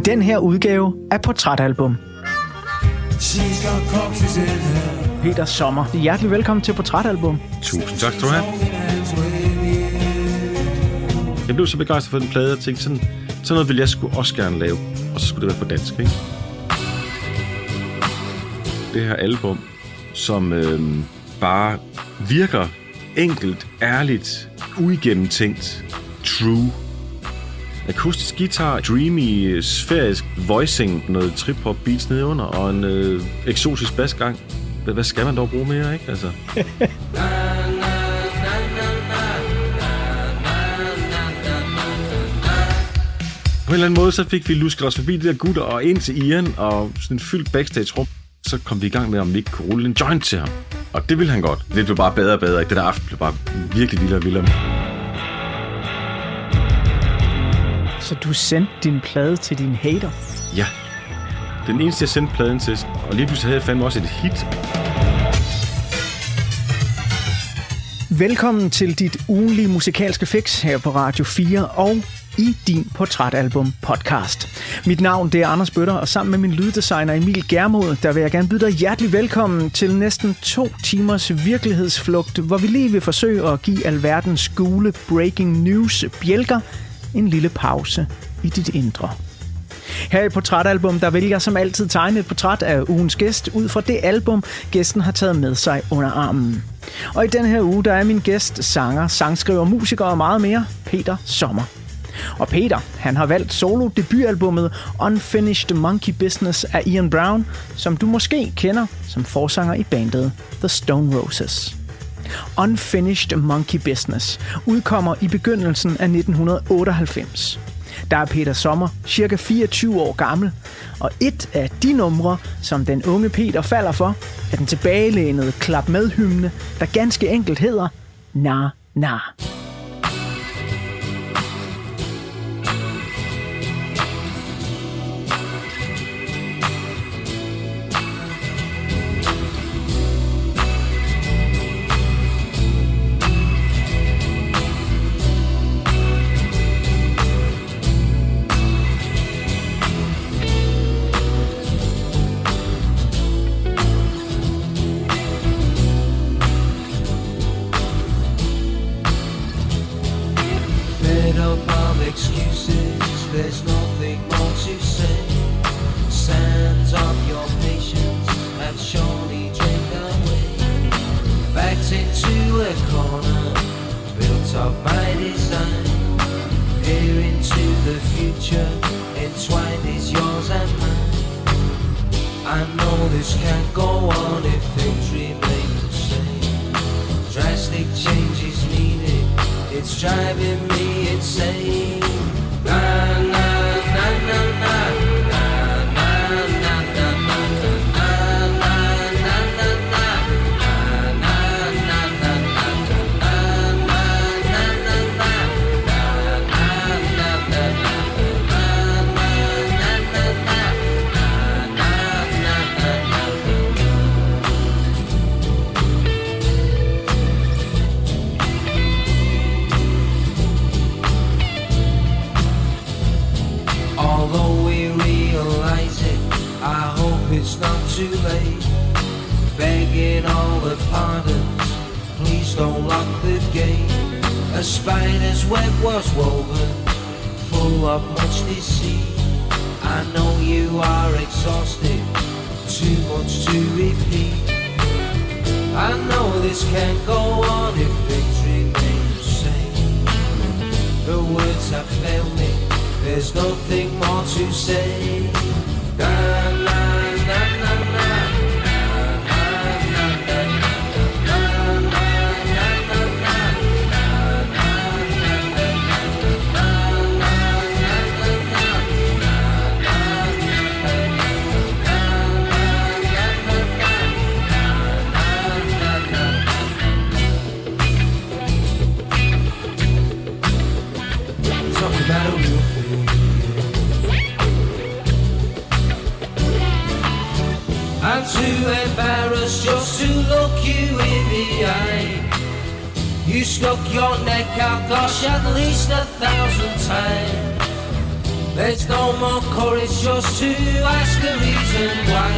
den her udgave af Portrætalbum. Peter Sommer, hjertelig velkommen til Portrætalbum. Tusind tak skal du have. Jeg blev så begejstret for den plade, og tænkte, sådan noget ville jeg sgu også gerne lave. Og så skulle det være på dansk, ikke? Det her album, som bare virker enkelt, ærligt, uigennemtænkt, true. Akustisk guitar, dreamy, sfærisk voicing, noget trip-hop beats nedenunder, og en eksotisk basgang. Hvad skal man dog bruge mere, ikke? Altså. På en eller anden måde, så fik vi lusket os forbi de der gutter og ind til Ian og sådan en fyldt backstage-rum. Så kom vi i gang med, om vi ikke kunne rulle en joint til ham. Og det ville han godt. Det blev bare bedre og bedre. Det der aften blev bare virkelig vildere og vildere. Så du sendte din plade til dine hater? Ja. Den eneste, jeg sendte pladen til. Og lige pludselig havde jeg fandme også et hit. Velkommen til dit ugenlige musikalske fix her på Radio 4 og i din Portrætalbum podcast. Mit navn det er Anders Bøtter, og sammen med min lyddesigner Emil Germod, der vil jeg gerne byde dig hjertelig velkommen til næsten 2 timers virkelighedsflugt, hvor vi lige vil forsøge at give alverdens gule breaking news bjælker en lille pause i dit indre. Her i Portrætalbum, der vil jeg som altid tegne et portræt af ugens gæst ud fra det album, gæsten har taget med sig under armen. Og i den her uge, der er min gæst sanger, sangskriver, musiker og meget mere, Peter Sommer. Og Peter, han har valgt solo-debutalbummet Unfinished Monkey Business af Ian Brown, som du måske kender som forsanger i bandet The Stone Roses. Unfinished Monkey Business udkommer i begyndelsen af 1998. Der er Peter Sommer cirka 24 år gammel, og et af de numre, som den unge Peter falder for, er den tilbagelænede klap med hymne, der ganske enkelt hedder Na Na. I'm too embarrassed just to look you in the eye. You stuck your neck out, gosh, at least 1,000 times. There's no more courage just to ask the reason why.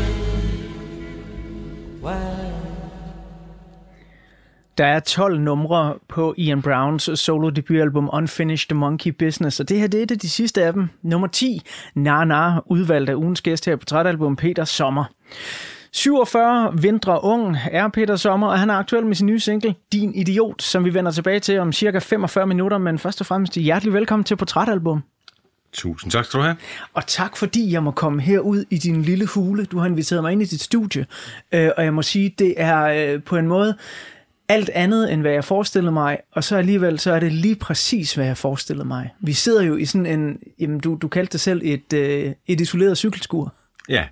Der er 12 numre på Ian Browns solo debutalbum Unfinished Monkey Business, og det her det er et af de sidste af dem. Nummer 10, Na, udvalgt af ugens gæst her på portrætalbum, Peter Sommer. 47, vintre ung er Peter Sommer, og han er aktuel med sin nye single, Din Idiot, som vi vender tilbage til om cirka 45 minutter, men først og fremmest hjertelig velkommen til portrætalbum. Tusind tak skal du have. Og tak fordi jeg må komme herud i din lille hule. Du har inviteret mig ind i dit studie, og jeg må sige, det er på en måde alt andet, end hvad jeg forestillede mig, og så alligevel, så er det lige præcis, hvad jeg forestillede mig. Vi sidder jo i sådan en, jamen du kaldte det selv et isoleret cykelskur. Ja.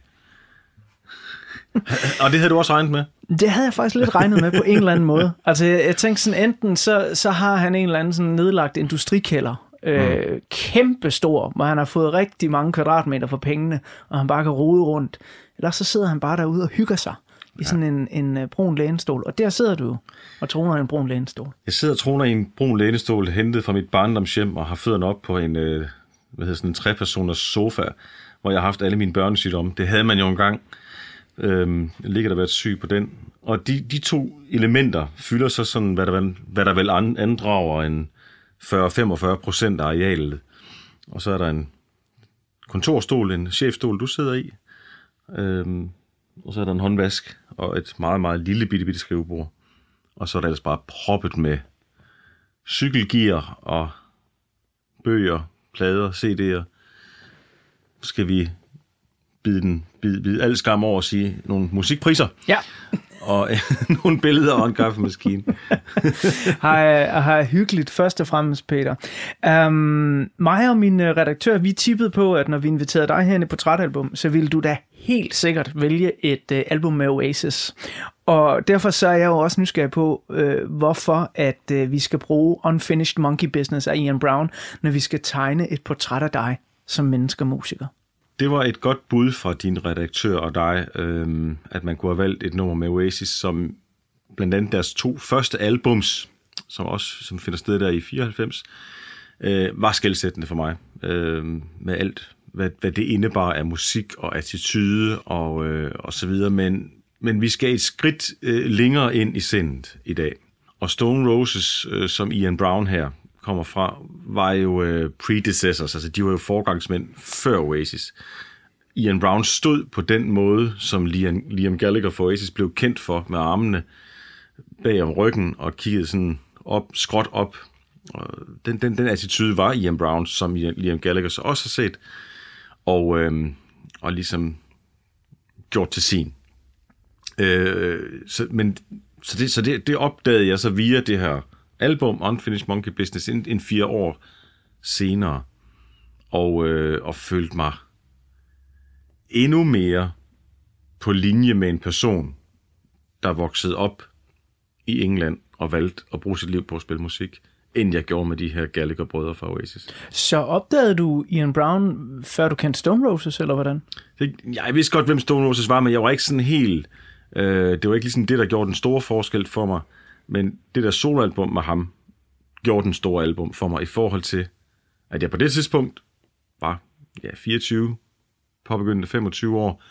Og det havde du også regnet med? Det havde jeg faktisk lidt regnet med på en eller anden måde. Altså jeg tænkte sådan, enten så har han en eller anden sådan nedlagt industrikælder, kæmpestor, hvor han har fået rigtig mange kvadratmeter for pengene, og han bare kan rode rundt. Eller så sidder han bare derude og hygger sig i sådan en brun lænestol. Og der sidder du og troner i en brun lænestol. Jeg sidder og troner i en brun lænestol, hentet fra mit barndomshjem, og har fødderne op på en, sådan en 3-personers sofa, hvor jeg har haft alle mine børnesygdomme. Det havde man jo engang. Ligger der været syg på den. Og de to elementer fylder så sådan, hvad der vel andrager en 40-45% af arealet. Og så er der en kontorstol, en chefstol, du sidder i. Og så er der en håndvask og et meget, meget lille bitte skrivebord. Og så er der ellers bare proppet med cykelgear og bøger, plader, CD'er. Skal vi bide al skam over at sige nogle musikpriser. Ja. Og nogle billeder og en kaffemaskine. Har hyggeligt først og fremmest, Peter. Mig og min redaktør, vi tippede på, at når vi inviterede dig herinde på portrætalbum, så ville du da helt sikkert vælge et album med Oasis. Og derfor så er jeg jo også nysgerrig på, hvorfor at vi skal bruge Unfinished Monkey Business af Ian Brown, når vi skal tegne et portræt af dig som menneske og musiker. Det var et godt bud fra din redaktør og dig, at man kunne have valgt et nummer med Oasis, som blandt andet deres 2 første albums, som finder sted der i 94, var skelsættende for mig. Med alt, hvad det indebar af musik og attitude og så videre. Men vi skal et skridt længere ind i sindet i dag. Og Stone Roses, som Ian Brown her kommer fra, var jo predecessors, altså de var jo forgangsmænd før Oasis. Ian Brown stod på den måde, som Liam Gallagher for Oasis blev kendt for, med armene bag om ryggen og kiggede sådan skråt op. Og den attitude var Ian Brown, som Liam Gallagher så også har set, og ligesom gjort til sin. Så det opdagede jeg så via det her album, Unfinished Monkey Business, en 4 år senere, og følte mig endnu mere på linje med en person, der voksede op i England og valgte at bruge sit liv på at spille musik, end jeg gjorde med de her Gallagher-brødre fra Oasis. Så opdagede du Ian Brown, før du kendte Stone Roses, eller hvordan? Jeg vidste godt, hvem Stone Roses var, men jeg var ikke sådan helt... det var ikke ligesom det, der gjorde den store forskel for mig. Men det der soloalbum med ham gjorde den store album for mig i forhold til, at jeg på det tidspunkt var 24, påbegyndte 25 år,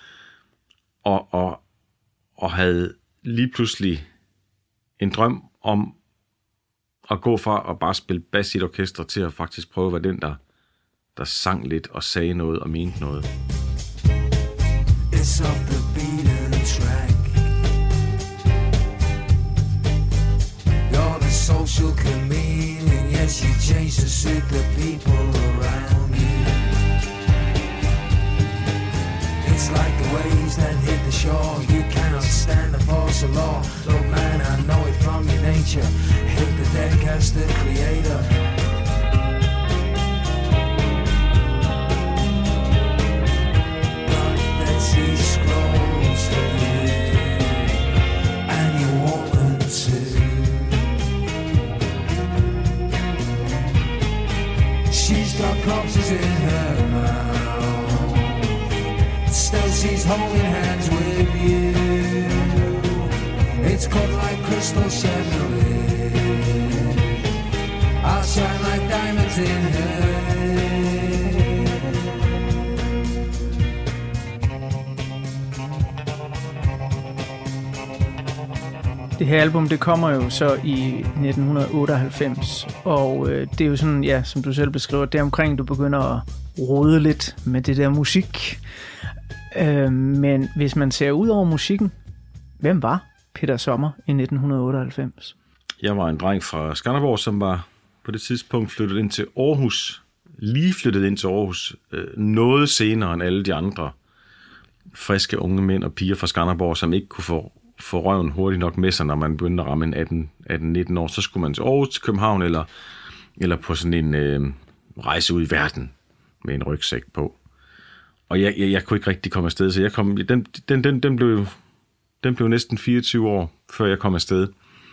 og havde lige pludselig en drøm om at gå fra at bare spille bas i et orkester til at faktisk prøve at være den, der sang lidt og sagde noget og mente noget. It's off the beaten track. Social chameleon, yes, you change to suit the people around you. It's like the waves that hit the shore. You cannot stand the force of law. Look, man, I know it from your nature. Hit the deck as the creator. But that sea scrolls for you, and your woman too. She's got corpses in her mouth. Still she's holding hands with you. It's cut like crystal chandelier. I'll shine like diamonds in her. her album, det kommer jo så i 1998, og det er jo sådan, ja, som du selv beskriver, det er omkring, du begynder at rode lidt med det der musik. Men hvis man ser ud over musikken, hvem var Peter Sommer i 1998? Jeg var en dreng fra Skanderborg, som var på det tidspunkt flyttet ind til Aarhus. Lige flyttet ind til Aarhus. Noget senere end alle de andre friske unge mænd og piger fra Skanderborg, som ikke kunne få røven hurtigt nok med sig, når man begyndte at ramme 18-19 år. Så skulle man til Aarhus, til København, eller på sådan en rejse ud i verden med en rygsæk på. Og jeg kunne ikke rigtig komme afsted, så jeg kom, den blev næsten 24 år, før jeg kom afsted.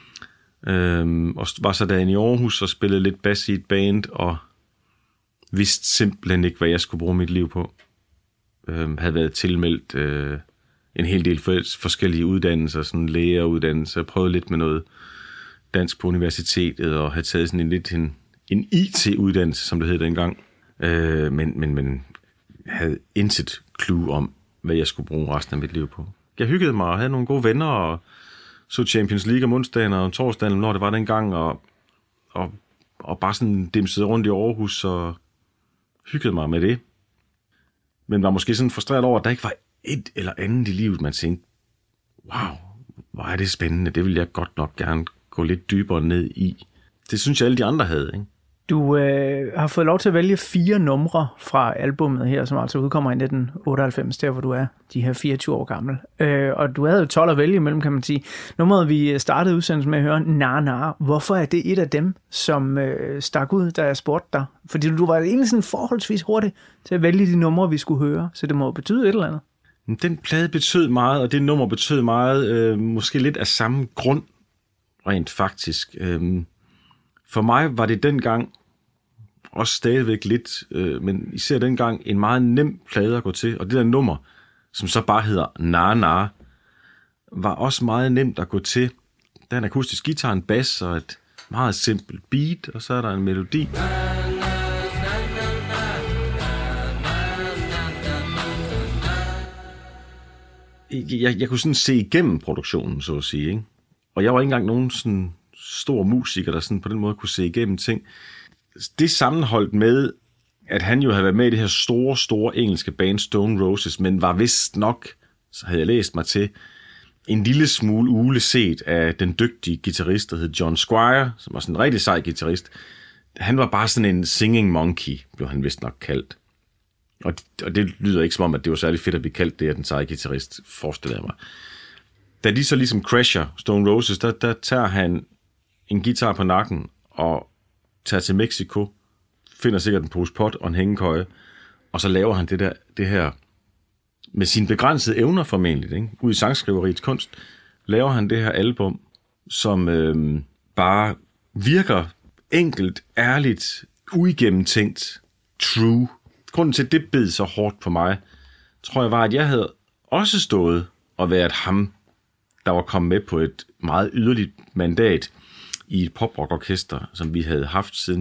Og var så derinde i Aarhus og spillede lidt bas i et band, og vidste simpelthen ikke, hvad jeg skulle bruge mit liv på. Havde været tilmeldt en hel del forskellige uddannelser, sådan læreruddannelser, prøvet lidt med noget dansk på universitetet, og havde taget sådan en IT-uddannelse, som det hed dengang. Men havde intet clue om, hvad jeg skulle bruge resten af mit liv på. Jeg hyggede mig og havde nogle gode venner, og så Champions League om onsdagen og om torsdagen, når det var dengang, og bare sådan dimsede rundt i Aarhus og hyggede mig med det. Men var måske sådan frustreret over, at der ikke var et eller andet i livet, man tænkte, wow, hvor er det spændende, det vil jeg godt nok gerne gå lidt dybere ned i. Det synes jeg alle de andre havde, ikke? Du har fået lov til at vælge 4 numre fra albummet her, som altså udkommer i 1998, der hvor du er de her 24 år gammel. Og du havde jo 12 at vælge imellem, kan man sige. Nummeret, vi startede udsendelsen med at høre, Na Na. Hvorfor er det et af dem, som stak ud, da jeg spurgte dig? Fordi du var egentlig sådan forholdsvis hurtig til at vælge de numre, vi skulle høre, så det må betyde et eller andet. Den plade betød meget, og det nummer betød meget, måske lidt af samme grund, rent faktisk. For mig var det dengang, også stadigvæk lidt, men især dengang, en meget nem plade at gå til. Og det der nummer, som så bare hedder Na Na, var også meget nemt at gå til. Der er en akustisk guitar, en bass og et meget simpelt beat, og så er der en melodi. Jeg kunne sådan se igennem produktionen, så at sige, ikke? Og jeg var ikke engang nogen sådan stor musiker, der sådan på den måde kunne se igennem ting. Det sammenholdt med, at han jo havde været med i det her store engelske band Stone Roses, men var vist nok, så havde jeg læst mig til, en lille smule uleset af den dygtige guitarist, der hed John Squire, som var sådan en rigtig sej guitarist. Han var bare sådan en singing monkey, blev han vist nok kaldt. Og det lyder ikke som om, at det var særlig fedt at blive kaldt det af den seje guitarist, forestiller jeg mig. Da de så ligesom crasher Stone Roses, der tager han en guitar på nakken og tager til Mexico, finder sikkert en pose pot og en hængekøje, og så laver han det her med sine begrænsede evner formentlig, ikke? Ud i sangskriveriets kunst, laver han det her album, som bare virker enkelt, ærligt, uigennemtænkt, true. Grunden til, at det bed så hårdt på mig, tror jeg var, at jeg havde også stået og været ham, der var kommet med på et meget yderligt mandat i et poprockorkester, som vi havde haft, siden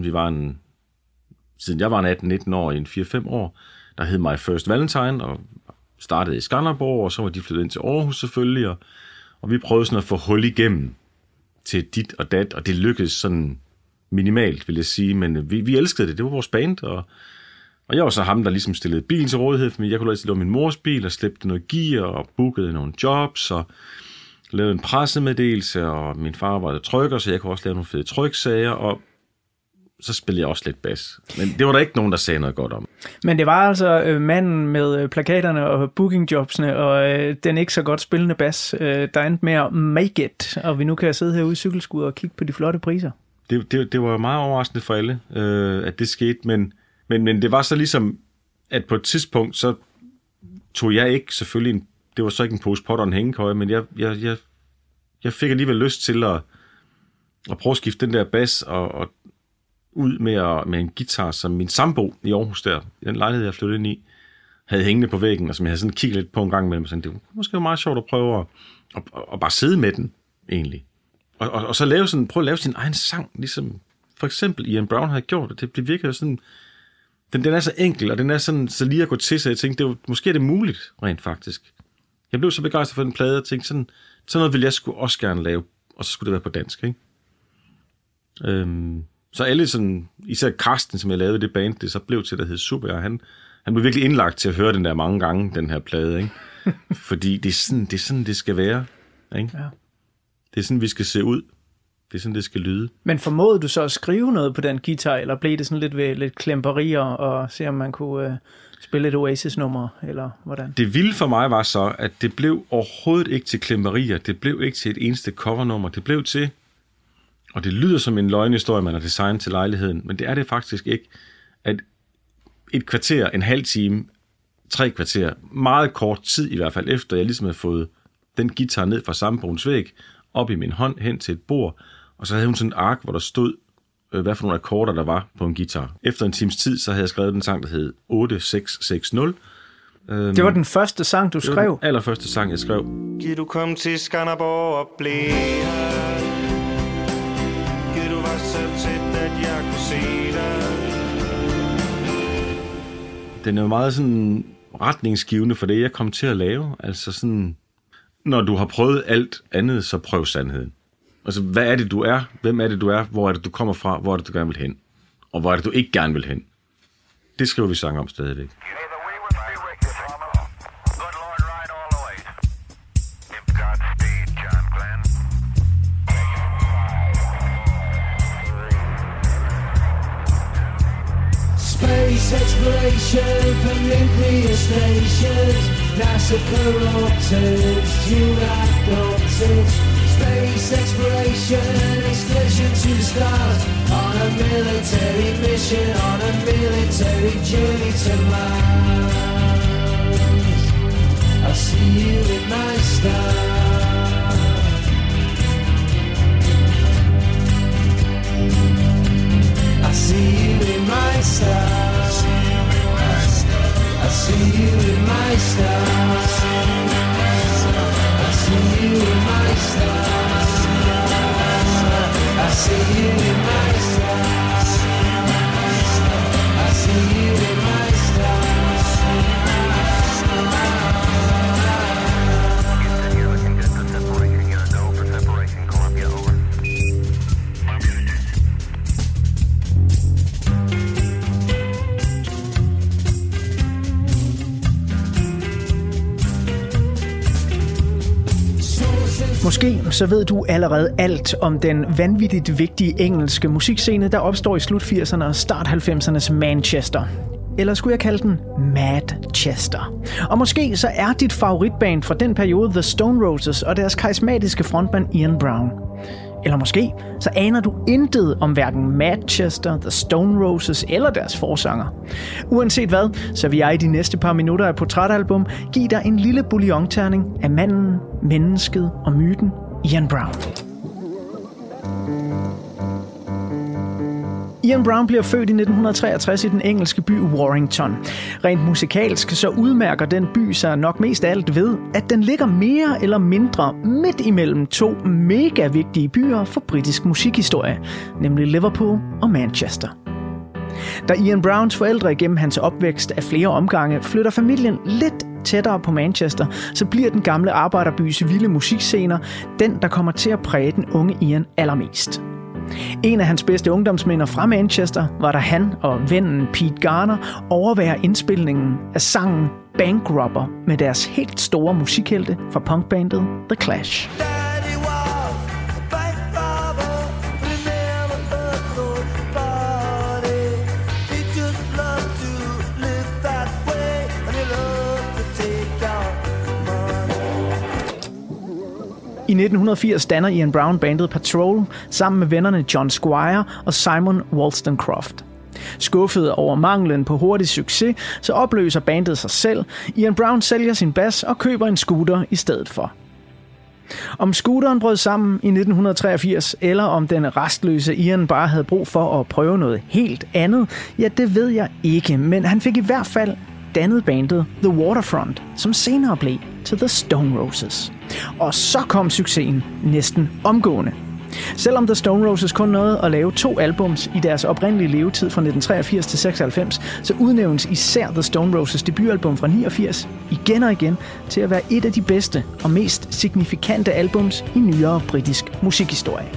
jeg var en 18-19 år, i en 4-5 år, der hed My First Valentine, og startede i Skanderborg, og så var de flyttet ind til Aarhus selvfølgelig, og vi prøvede sådan at få hul igennem til dit og dat, og det lykkedes sådan minimalt, vil jeg sige, men vi elskede det var vores band, og jeg var så ham, der ligesom stillede bilen til rådighed, for jeg kunne altid låne min mors bil, og slæbte noget gear, og bookede nogle jobs, og lavede en pressemeddelelse, og min far var trykker, så jeg kunne også lave nogle fede tryksager, og så spillede jeg også lidt bas. Men det var der ikke nogen, der sagde noget godt om. Men det var altså manden med plakaterne og bookingjobsene, og den ikke så godt spillende bas, der endte med at make it, og vi nu kan sidde herude i cykelskuddet og kigge på de flotte priser. Det var jo meget overraskende for alle, at det skete, men det var så ligesom, at på et tidspunkt, så tog jeg ikke selvfølgelig det var så ikke en pose pot og en hængekøje, men jeg fik alligevel lyst til at prøve at skifte den der bas og ud med en guitar, som min sambo i Aarhus der, i den lejlighed, jeg flyttede ind i, havde hængende på væggen, og som jeg havde sådan kigget lidt på en gang imellem. Sådan, det var måske meget sjovt at prøve at bare sidde med den, egentlig. Og så prøve at lave sin egen sang, ligesom for eksempel Ian Brown havde gjort. Det virker jo sådan, den er så enkel, og den er sådan så lige at gå til, så jeg tænkte, måske er det muligt, rent faktisk. Jeg blev så begejstret for den plade, og tænkte, sådan noget vil jeg sgu også gerne lave. og så skulle det være på dansk, ikke? Så alle sådan, især Karsten, som jeg lavede det band, det så blev til, der hed Super, han blev virkelig indlagt til at høre den der mange gange, den her plade, ikke? Fordi det er sådan, det skal være, ikke? Ja. Det er sådan, vi skal se ud. Det er sådan, det skal lyde. Men formåede du så at skrive noget på den guitar, eller blev det sådan lidt ved lidt klemperier, og se om man kunne spille et Oasis-nummer, eller hvordan? Det vilde for mig var så, at det blev overhovedet ikke til klemperier. Det blev ikke til et eneste covernummer. Det blev til, og det lyder som en løgnehistorie, man har designet til lejligheden, men det er det faktisk ikke, at et kvarter, en halv time, 3 kvarter, meget kort tid i hvert fald, efter jeg ligesom havde fået den guitar ned fra sammenbogens væg, op i min hånd, hen til et bord, og så havde hun sådan en ark, hvor der stod, hvad for nogle akkorder der var på en guitar. Efter en times tid, så havde jeg skrevet den sang, der hed 8660. Det var den første sang, du skrev? Det var den allerførste sang, jeg skrev. Giv du kom til Skanderborg og blev her. Giv du var så tæt, at jeg kunne se dig. Den er jo meget sådan retningsgivende for det, jeg kom til at lave. Altså sådan, når du har prøvet alt andet, så prøv sandheden. Altså, hvad er det, du er? Hvem er det, du er? Hvor er det, du kommer fra? Hvor er det, du gerne vil hen? Og hvor er det, du ikke gerne vil hen? Det skriver vi sang om stadigvæk. Space exploration from nuclear stations, NASA corrupted, unadopted. Space exploration, excursion to the stars, on a military mission, on a military journey to Mars. I see you in my stars. I see you in my stars. I see you in my stars. I see you in my stars. I see you in my stars. I see you in my stars. You're looking good for separation. You're a go for separation. Columbia, over. Måske så ved du allerede alt om den vanvittigt vigtige engelske musikscene, der opstår i slut 80'erne og start 90'ernes Manchester. Eller skulle jeg kalde den Madchester. Og måske så er dit favoritband fra den periode The Stone Roses og deres karismatiske frontmand Ian Brown. Eller måske så aner du intet om hverken Manchester, The Stone Roses eller deres forsanger. Uanset hvad, så vil jeg i de næste par minutter af Portrætalbum give dig en lille bouillonterning af manden, mennesket og myten Ian Brown. Ian Brown bliver født i 1963 i den engelske by Warrington. Rent musikalsk så udmærker den by sig nok mest af alt ved, at den ligger mere eller mindre midt imellem 2 mega vigtige byer for britisk musikhistorie, nemlig Liverpool og Manchester. Da Ian Browns forældre igennem hans opvækst af flere omgange flytter familien lidt tættere på Manchester, så bliver den gamle arbejderbys vilde musikscener den, der kommer til at præge den unge Ian allermest. En af hans bedste ungdomsminder fra Manchester var, da han og vennen Pete Garner overværer indspilningen af sangen Bank Robber med deres helt store musikhelte fra punkbandet The Clash. I 1980 danner Ian Brown bandet Patrol sammen med vennerne John Squire og Simon Wollstonecraft. Skuffet over manglen på hurtig succes, så opløser bandet sig selv. Ian Brown sælger sin bas og køber en scooter i stedet for. Om scooteren brød sammen i 1983, eller om den rastløse Ian bare havde brug for at prøve noget helt andet, ja, det ved jeg ikke, men han fik i hvert fald dannet bandet The Waterfront, som senere blev til The Stone Roses. Og så kom succesen næsten omgående. Selvom The Stone Roses kun nåede at lave 2 albums i deres oprindelige levetid fra 1983 til 96, så udnævnes især The Stone Roses debutalbum fra 89 igen og igen til at være et af de bedste og mest signifikante albums i nyere britisk musikhistorie.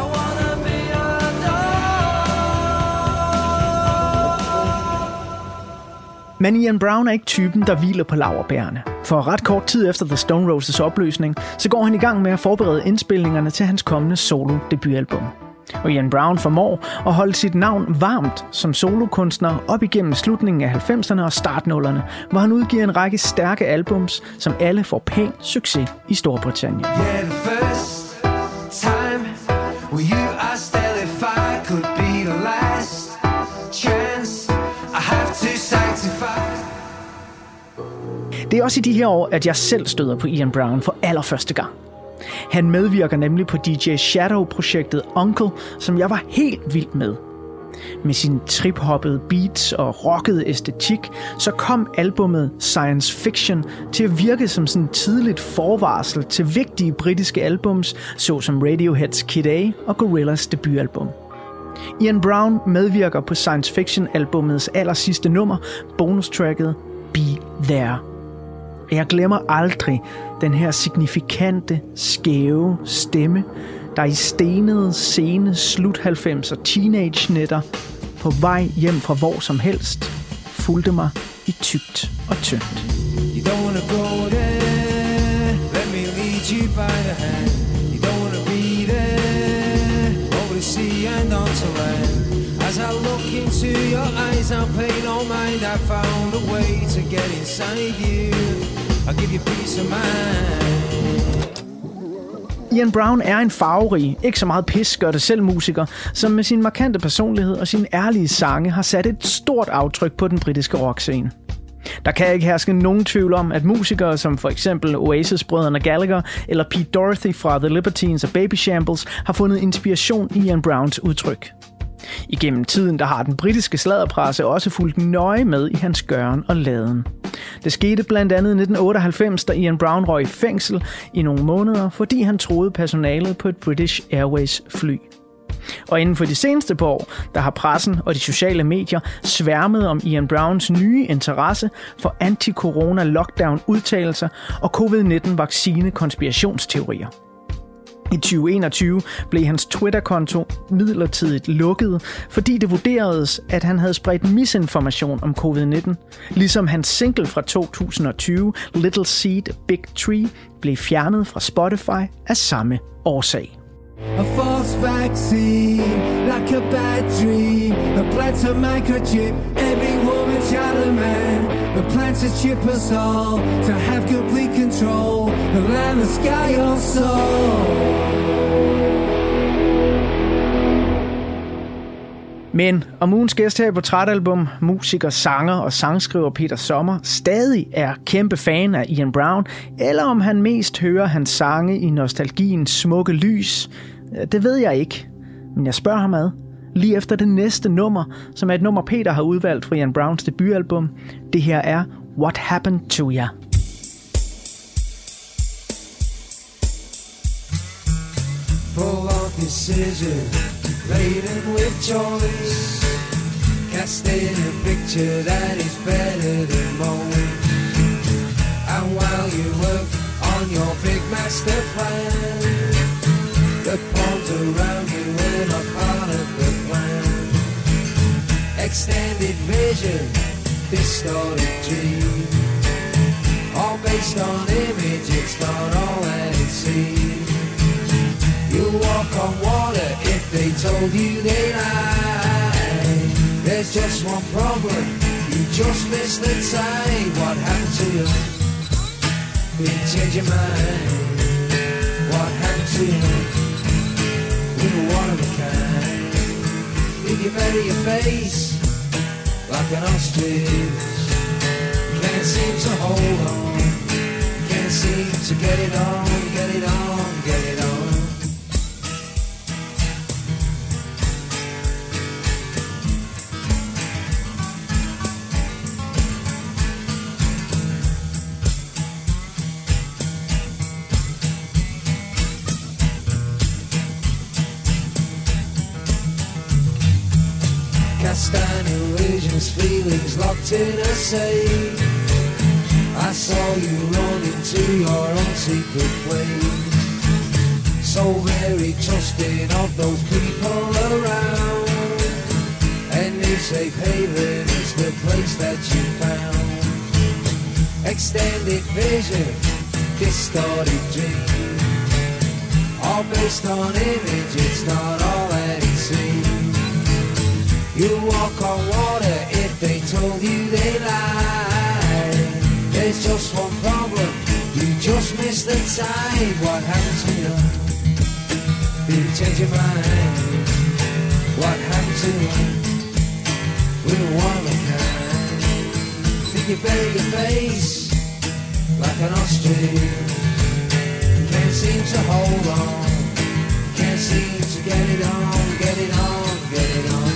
Men Ian Brown er ikke typen, der hviler på laurbærrene. For ret kort tid efter The Stone Roses opløsning, så går han i gang med at forberede indspilningerne til hans kommende solo-debutalbum. Og Ian Brown formår at holde sit navn varmt som solokunstner op igennem slutningen af 90'erne og startnullerne, hvor han udgiver en række stærke albums, som alle får pæn succes i Storbritannien. Yeah, the first time with you I still if I could be the last chance I have to sanctify. Det er også i de her år, at jeg selv støder på Ian Brown for allerførste gang. Han medvirker nemlig på DJ Shadow-projektet Uncle, som jeg var helt vild med. Med sine trip-hoppede beats og rockede æstetik, så kom albummet Science Fiction til at virke som sådan tidligt forvarsel til vigtige britiske albums, såsom Radioheads Kid A og Gorillaz debutalbum. Ian Brown medvirker på Science Fiction-albummets allersidste nummer, bonustracket Be There. Jeg glemmer aldrig den her signifikante, skæve stemme, der i stenede, sene slut-90'er teenage-nætter på vej hjem fra hvor som helst fulgte mig i tykt og tyndt. You don't wanna go there, let me lead you by the hand. You don't wanna be there, over the sea and onto land. As I look into your eyes, I'm paying no mind. I found a way to get inside you. I'll give you peace of mind. Ian Brown er en farverig, ikke så meget pis gør det selv musiker, som med sin markante personlighed og sine ærlige sange har sat et stort aftryk på den britiske rockscene. Der kan ikke herske nogen tvivl om, at musikere som for eksempel Oasis-brødrene Gallagher eller Pete Doherty fra The Libertines og Baby Shambles har fundet inspiration i Ian Browns udtryk. Igennem tiden der har den britiske sladderpresse også fulgt nøje med i hans gøren og laden. Det skete blandt andet i 1998, da Ian Brown røg i fængsel i nogle måneder, fordi han troede personalet på et British Airways fly. Og inden for de seneste par år, der har pressen og de sociale medier sværmet om Ian Browns nye interesse for anti-corona-lockdown-udtalelser og covid-19-vaccine-konspirationsteorier. I 2021 blev hans Twitter-konto midlertidigt lukket, fordi det vurderedes, at han havde spredt misinformation om covid-19, ligesom hans single fra 2020, Little Seed, Big Tree, blev fjernet fra Spotify af samme årsag. A false vaccine, like a bad dream. The plan to microchip every woman, child and man. The plan to chip us all, to have complete control. The land, the sky also. Men om ugens gæst her på Portrætalbum, musiker, sanger og sangskriver Peter Sommer stadig er kæmpe fan af Ian Brown, eller om han mest hører hans sange i nostalgiens smukke lys, det ved jeg ikke. Men jeg spørger ham ad lige efter det næste nummer, som er et nummer Peter har udvalgt fra Ian Browns debutalbum. Det her er What Happened to Ya? Full of decision, laden with choice, casting a picture that is better than most. And while you work on your big master plan, the pawns around you were not part of the plan. Extended vision, distorted dream, all based on image, it's not all that it seems. You walk on water if they told you they lied. There's just one problem, you just missed the time. What happened to you? Did you change your mind? What happened to you? You were one of a kind. Did you bury your face like an ostrich? Can't seem to hold on, can't seem to get it on, get it on, get it on. Cast down illusions, feelings locked in a safe. I saw you run into your own secret place. So very trusting of those people around. And new safe haven is the place that you found. Extended vision, distorted dream. All based on image, it's not all that it seems. You walk on water if they told you they lied. There's just one problem, you just missed the tide. What happened to you? Did you change your mind? What happened to you? We're one of a kind. Did you bury your face like an ostrich? Can't seem to hold on. Can't seem to get it on, get it on, get it on.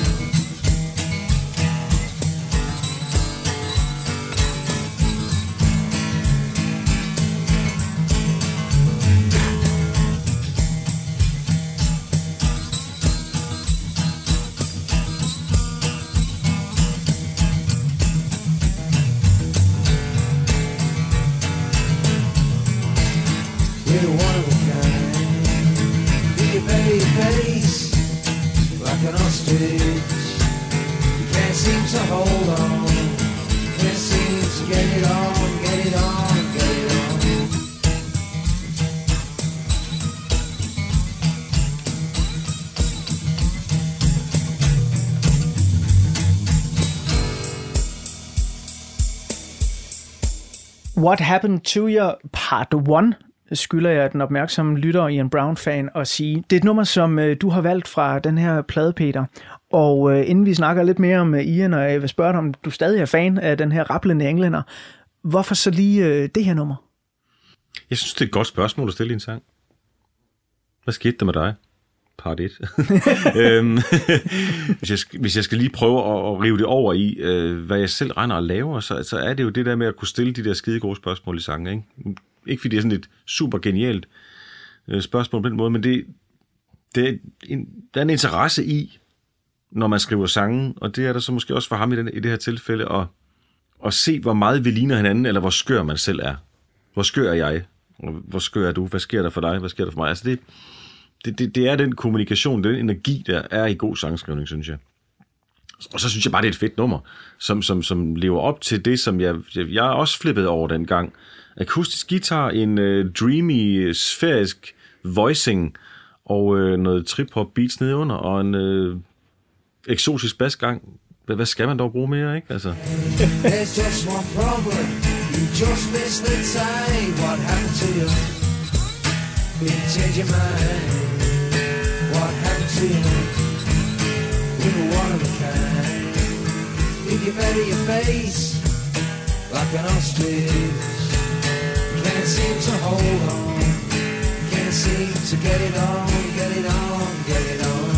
What Happened to You Part 1 skylder jeg den opmærksomme lytter Ian Brown-fan at sige. Det er et nummer, som du har valgt fra den her plade, Peter. Og inden vi snakker lidt mere om Ian, og jeg vil spørge dig, om du stadig er fan af den her rablende englænder, hvorfor så lige det her nummer? Jeg synes, det er et godt spørgsmål at stille i en sang. Hvad skete der med dig? Part 1. hvis jeg skal lige prøve at rive det over i, hvad jeg selv render og laver, så er det jo det der med at kunne stille de der skide gode spørgsmål i sangen. Ikke fordi det er sådan et super genialt spørgsmål på den måde, men der er en interesse i, når man skriver sange, og det er der så måske også for ham i det her tilfælde, at se, hvor meget vi ligner hinanden, eller hvor skør man selv er. Hvor skør er jeg? Hvor skør er du? Hvad sker der for dig? Hvad sker der for mig? Altså det er den kommunikation, den energi, der er i god sangskrivning, synes jeg. Og så synes jeg bare, det er et fedt nummer, som lever op til det, som jeg også flippede over dengang. Akustisk guitar, en dreamy, sfærisk voicing, og noget trip-hop beats nedenunder, og en eksotisk basgang. Hvad skal man dog bruge mere, ikke? Altså. There's just one problem. You just missed the time. What happened to you? Did you change your mind? What happened to you? You were one of a kind. Did you bury your face like an ostrich? You can't seem to hold on. You can't seem to get it on, get it on, get it on.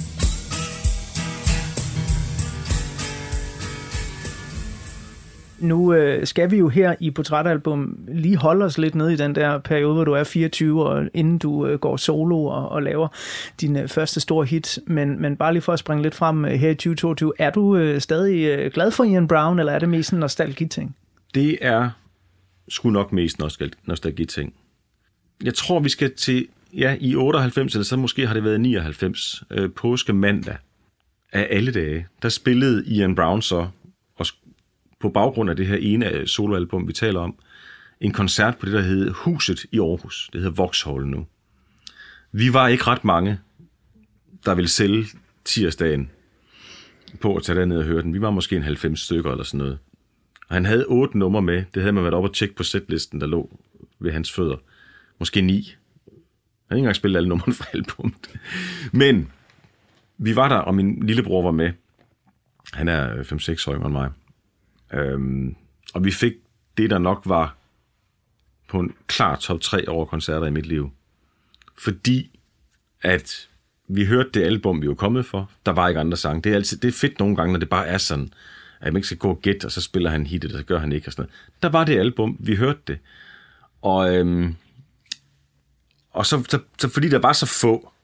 Nu skal vi jo her i Portrætalbum lige holde os lidt nede i den der periode, hvor du er 24, og inden du går solo og laver din første store hit. Men bare lige for at springe lidt frem her i 2022, er du stadig glad for Ian Brown, eller er det mest en nostalgiting? Det er sgu nok mest nostalgiting. Jeg tror, vi skal til, i 98, eller så måske har det været 99, påskemandag af alle dage, der spillede Ian Brown så, og på baggrund af det her ene soloalbum, vi taler om, en koncert på det, der hed Huset i Aarhus. Det hedder Vauxhall nu. Vi var ikke ret mange, der ville sælge tirsdagen på at tage derned og høre den. Vi var måske en 90 stykker eller sådan noget. Og han havde 8 numre med. Det havde man været op og tjekke på setlisten, der lå ved hans fødder. Måske 9. Han havde ikke engang spillet alle numrene fra albumet. Men vi var der, og min lillebror var med. Han er 5-6 år yngre end mig. Og vi fik det, der nok var på en klar top 3 over koncerter i mit liv. Fordi at vi hørte det album, vi var kommet for. Der var ikke andre sange. Det er fedt nogle gange, når det bare er sådan, at man ikke skal gå og gætte, og så spiller han hittet, og så gør han ikke. Og sådan noget. Der var det album, vi hørte det. Og så fordi der var så få,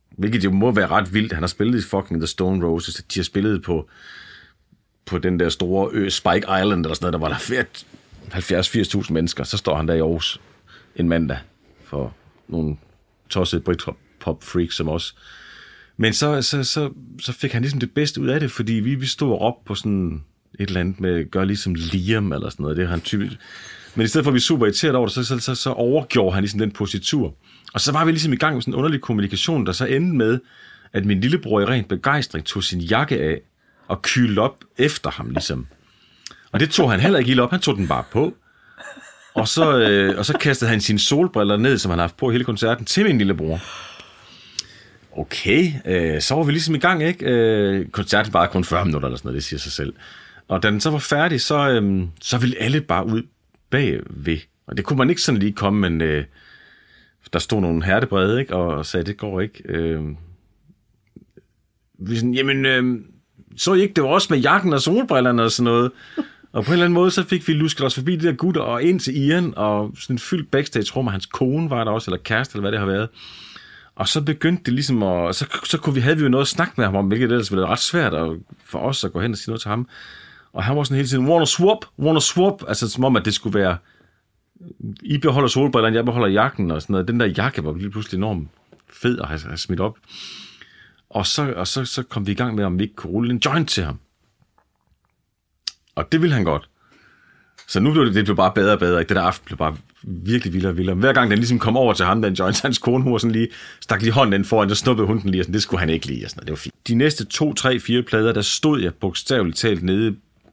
Hvilket jo må være ret vildt. Han har spillet i fucking The Stone Roses. De har spillet på den der store ø, Spike Island, eller sådan noget, der var der 70-80.000 mennesker. Så står han der i Aarhus en mandag for nogle tossede Britpop-freaks som os. Men så fik han ligesom det bedste ud af det, fordi vi stod og råbte på sådan et eller andet med, gør ligesom Liam, eller sådan noget. Det er han typisk. Men i stedet for at vi super irriteret over det, så overgjorde han ligesom den positur. Og så var vi ligesom i gang med sådan en underlig kommunikation, der så endte med, at min lillebror i ren begejstring tog sin jakke af og kylede op efter ham ligesom. Og det tog han heller ikke helt op, han tog den bare på. Og så kastede han sine solbriller ned, som han har haft på hele koncerten, til min lillebror. Okay, så var vi ligesom i gang, ikke? Koncerten var kun 40 minutter eller sådan noget, det siger sig selv. Og da den så var færdig, så ville alle bare ud bagved. Og det kunne man ikke sådan lige komme, men der stod nogle hertebrede, ikke? Og sagde, det går ikke. Vi sådan, jamen, så I ikke, det var også med jakken og solbrillerne og sådan noget. Og på en eller anden måde, så fik vi lusket os forbi de der gutter og ind til Ian, og sådan en fyldt backstage-rum, og hans kone var der også, eller kæreste, eller hvad det har været. Og så begyndte det ligesom at... Så havde vi jo noget at snakke med ham om, hvilket ellers ville være ret svært for os at gå hen og sige noget til ham. Og han var sådan hele tiden, wanna swap, altså som om, at det skulle være, I beholder solbrillerne, jeg beholder jakken og sådan noget. Den der jakke var lige pludselig enormt fed at have smidt op. Og så kom vi i gang med, om vi ikke kunne rulle en joint til ham. Og det ville han godt. Så nu blev det bare bedre og bedre. Det der aften blev bare virkelig vildere og vildere. Hver gang den ligesom kom over til ham, den joint, hans kone, hun var sådan lige, stak lige hånden ind foran, så snuppede hun den lige, og sådan, det skulle han ikke lide. Og sådan, det var fint. De næste 2, 3, 4 plader, der stod jeg bogstaveligt talt nede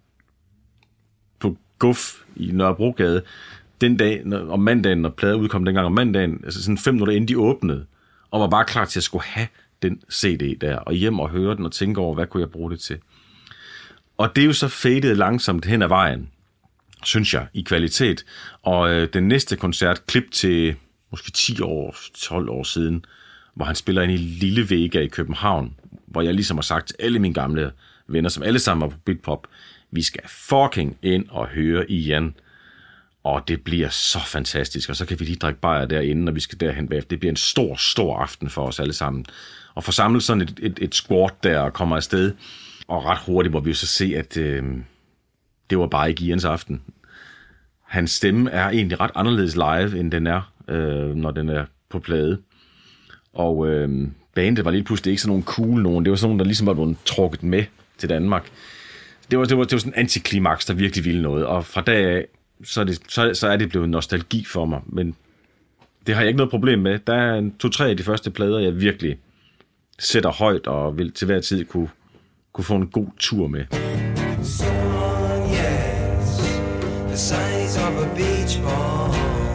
på Guf i Nørrebrogade, den dag, om mandagen, når plader udkom dengang om mandagen, altså sådan 5 minutter inden de åbnede, og var bare klar til at skulle have den CD der, og hjem og høre den, og tænke over, hvad kunne jeg bruge det til. Og det er jo så fadet langsomt hen ad vejen, synes jeg, i kvalitet. Og den næste koncert, klip til måske 10 år, 12 år siden, hvor han spiller ind i Lille Vega i København, hvor jeg ligesom har sagt til alle mine gamle venner, som alle sammen er på Britpop, vi skal fucking ind og høre Ian. Og det bliver så fantastisk, og så kan vi lige drikke bajer derinde, og vi skal derhen bagefter. Det bliver en stor, stor aften for os alle sammen. Og få samlet sådan et squad der og kommer afsted. Og ret hurtigt må vi jo så se, at det var bare ikke Ians aften. Hans stemme er egentlig ret anderledes live, end den er, når den er på plade. Og bandet var lige pludselig ikke sådan nogle cool nogen. Det var sådan nogle, der ligesom var blevet trukket med til Danmark. Det var sådan en antiklimaks, der virkelig ville noget. Og fra dag af, så er det blevet nostalgi for mig. Men det har jeg ikke noget problem med. Der er 2-3 af de første plader, jeg virkelig sætter højt og vil til hver tid kunne få en god tur med. Sun, yes, the size of a beach ball.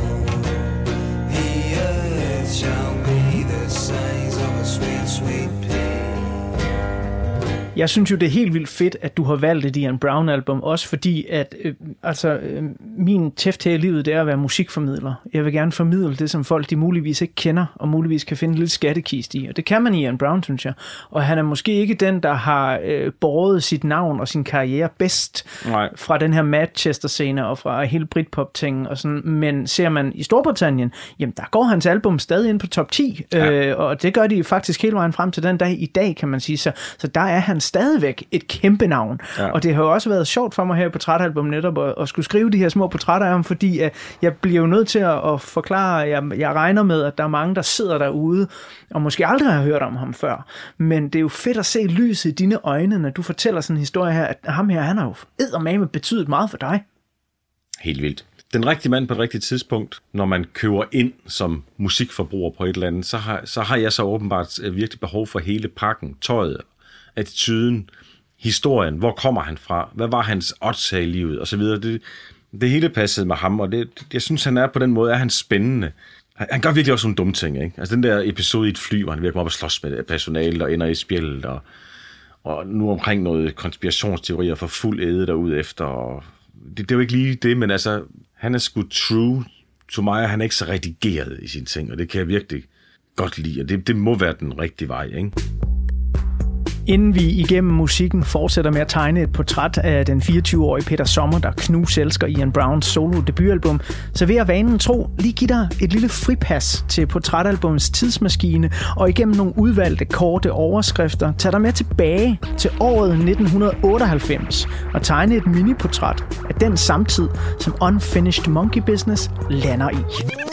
The earth shall be the size of a sweet, sweet pea. Jeg synes jo, det er helt vildt fedt, at du har valgt et Ian Brown-album, også fordi, at min tæft her i livet, det er at være musikformidler. Jeg vil gerne formidle det, som folk de muligvis ikke kender, og muligvis kan finde lidt skattekist i. Og det kan man i Ian Brown, synes jeg. Og han er måske ikke den, der har båret sit navn og sin karriere bedst fra den her Manchester-scene og fra hele Britpop-tingen og sådan. Men ser man i Storbritannien, jamen der går hans album stadig ind på top 10, og det gør de faktisk hele vejen frem til den dag i dag, kan man sige. Så der er han stadigvæk et kæmpe navn. Ja. Og det har jo også været sjovt for mig her på Portrætalbum netop at skulle skrive de her små portrætter af ham, fordi jeg bliver jo nødt til at forklare, jeg regner med, at der er mange, der sidder derude og måske aldrig har hørt om ham før. Men det er jo fedt at se lyset i dine øjne, når du fortæller sådan en historie her, at ham her, han har jo eddermame betydet meget for dig. Helt vildt. Den rigtige mand på det rigtige tidspunkt, når man køber ind som musikforbruger på et eller andet, så har jeg så åbenbart virkelig behov for hele pakken, tøjet, attituden, historien, hvor kommer han fra, hvad var hans odds her i livet, og så videre. Det hele passede med ham, og jeg synes, han er på den måde, er han spændende. Han gør virkelig også nogle dumme ting, ikke? Altså den der episode i et fly, hvor han virkelig op og slås med personale og ender i spjældet, og nu omkring noget konspirationsteorier for fuld æde derude efter, og det er jo ikke lige det, men altså, han er sgu true to mig, og han er ikke så redigeret i sine ting, og det kan jeg virkelig godt lide, og det må være den rigtige vej, ikke? Inden vi igennem musikken fortsætter med at tegne et portræt af den 24-årige Peter Sommer, der knuselsker Ian Browns solo debutalbum, så vil jeg vanen tro lige give dig et lille fripas til portrætalbums tidsmaskine og igennem nogle udvalgte korte overskrifter tage dig med tilbage til året 1998 og tegne et miniportræt af den samtid, som Unfinished Monkey Business lander i.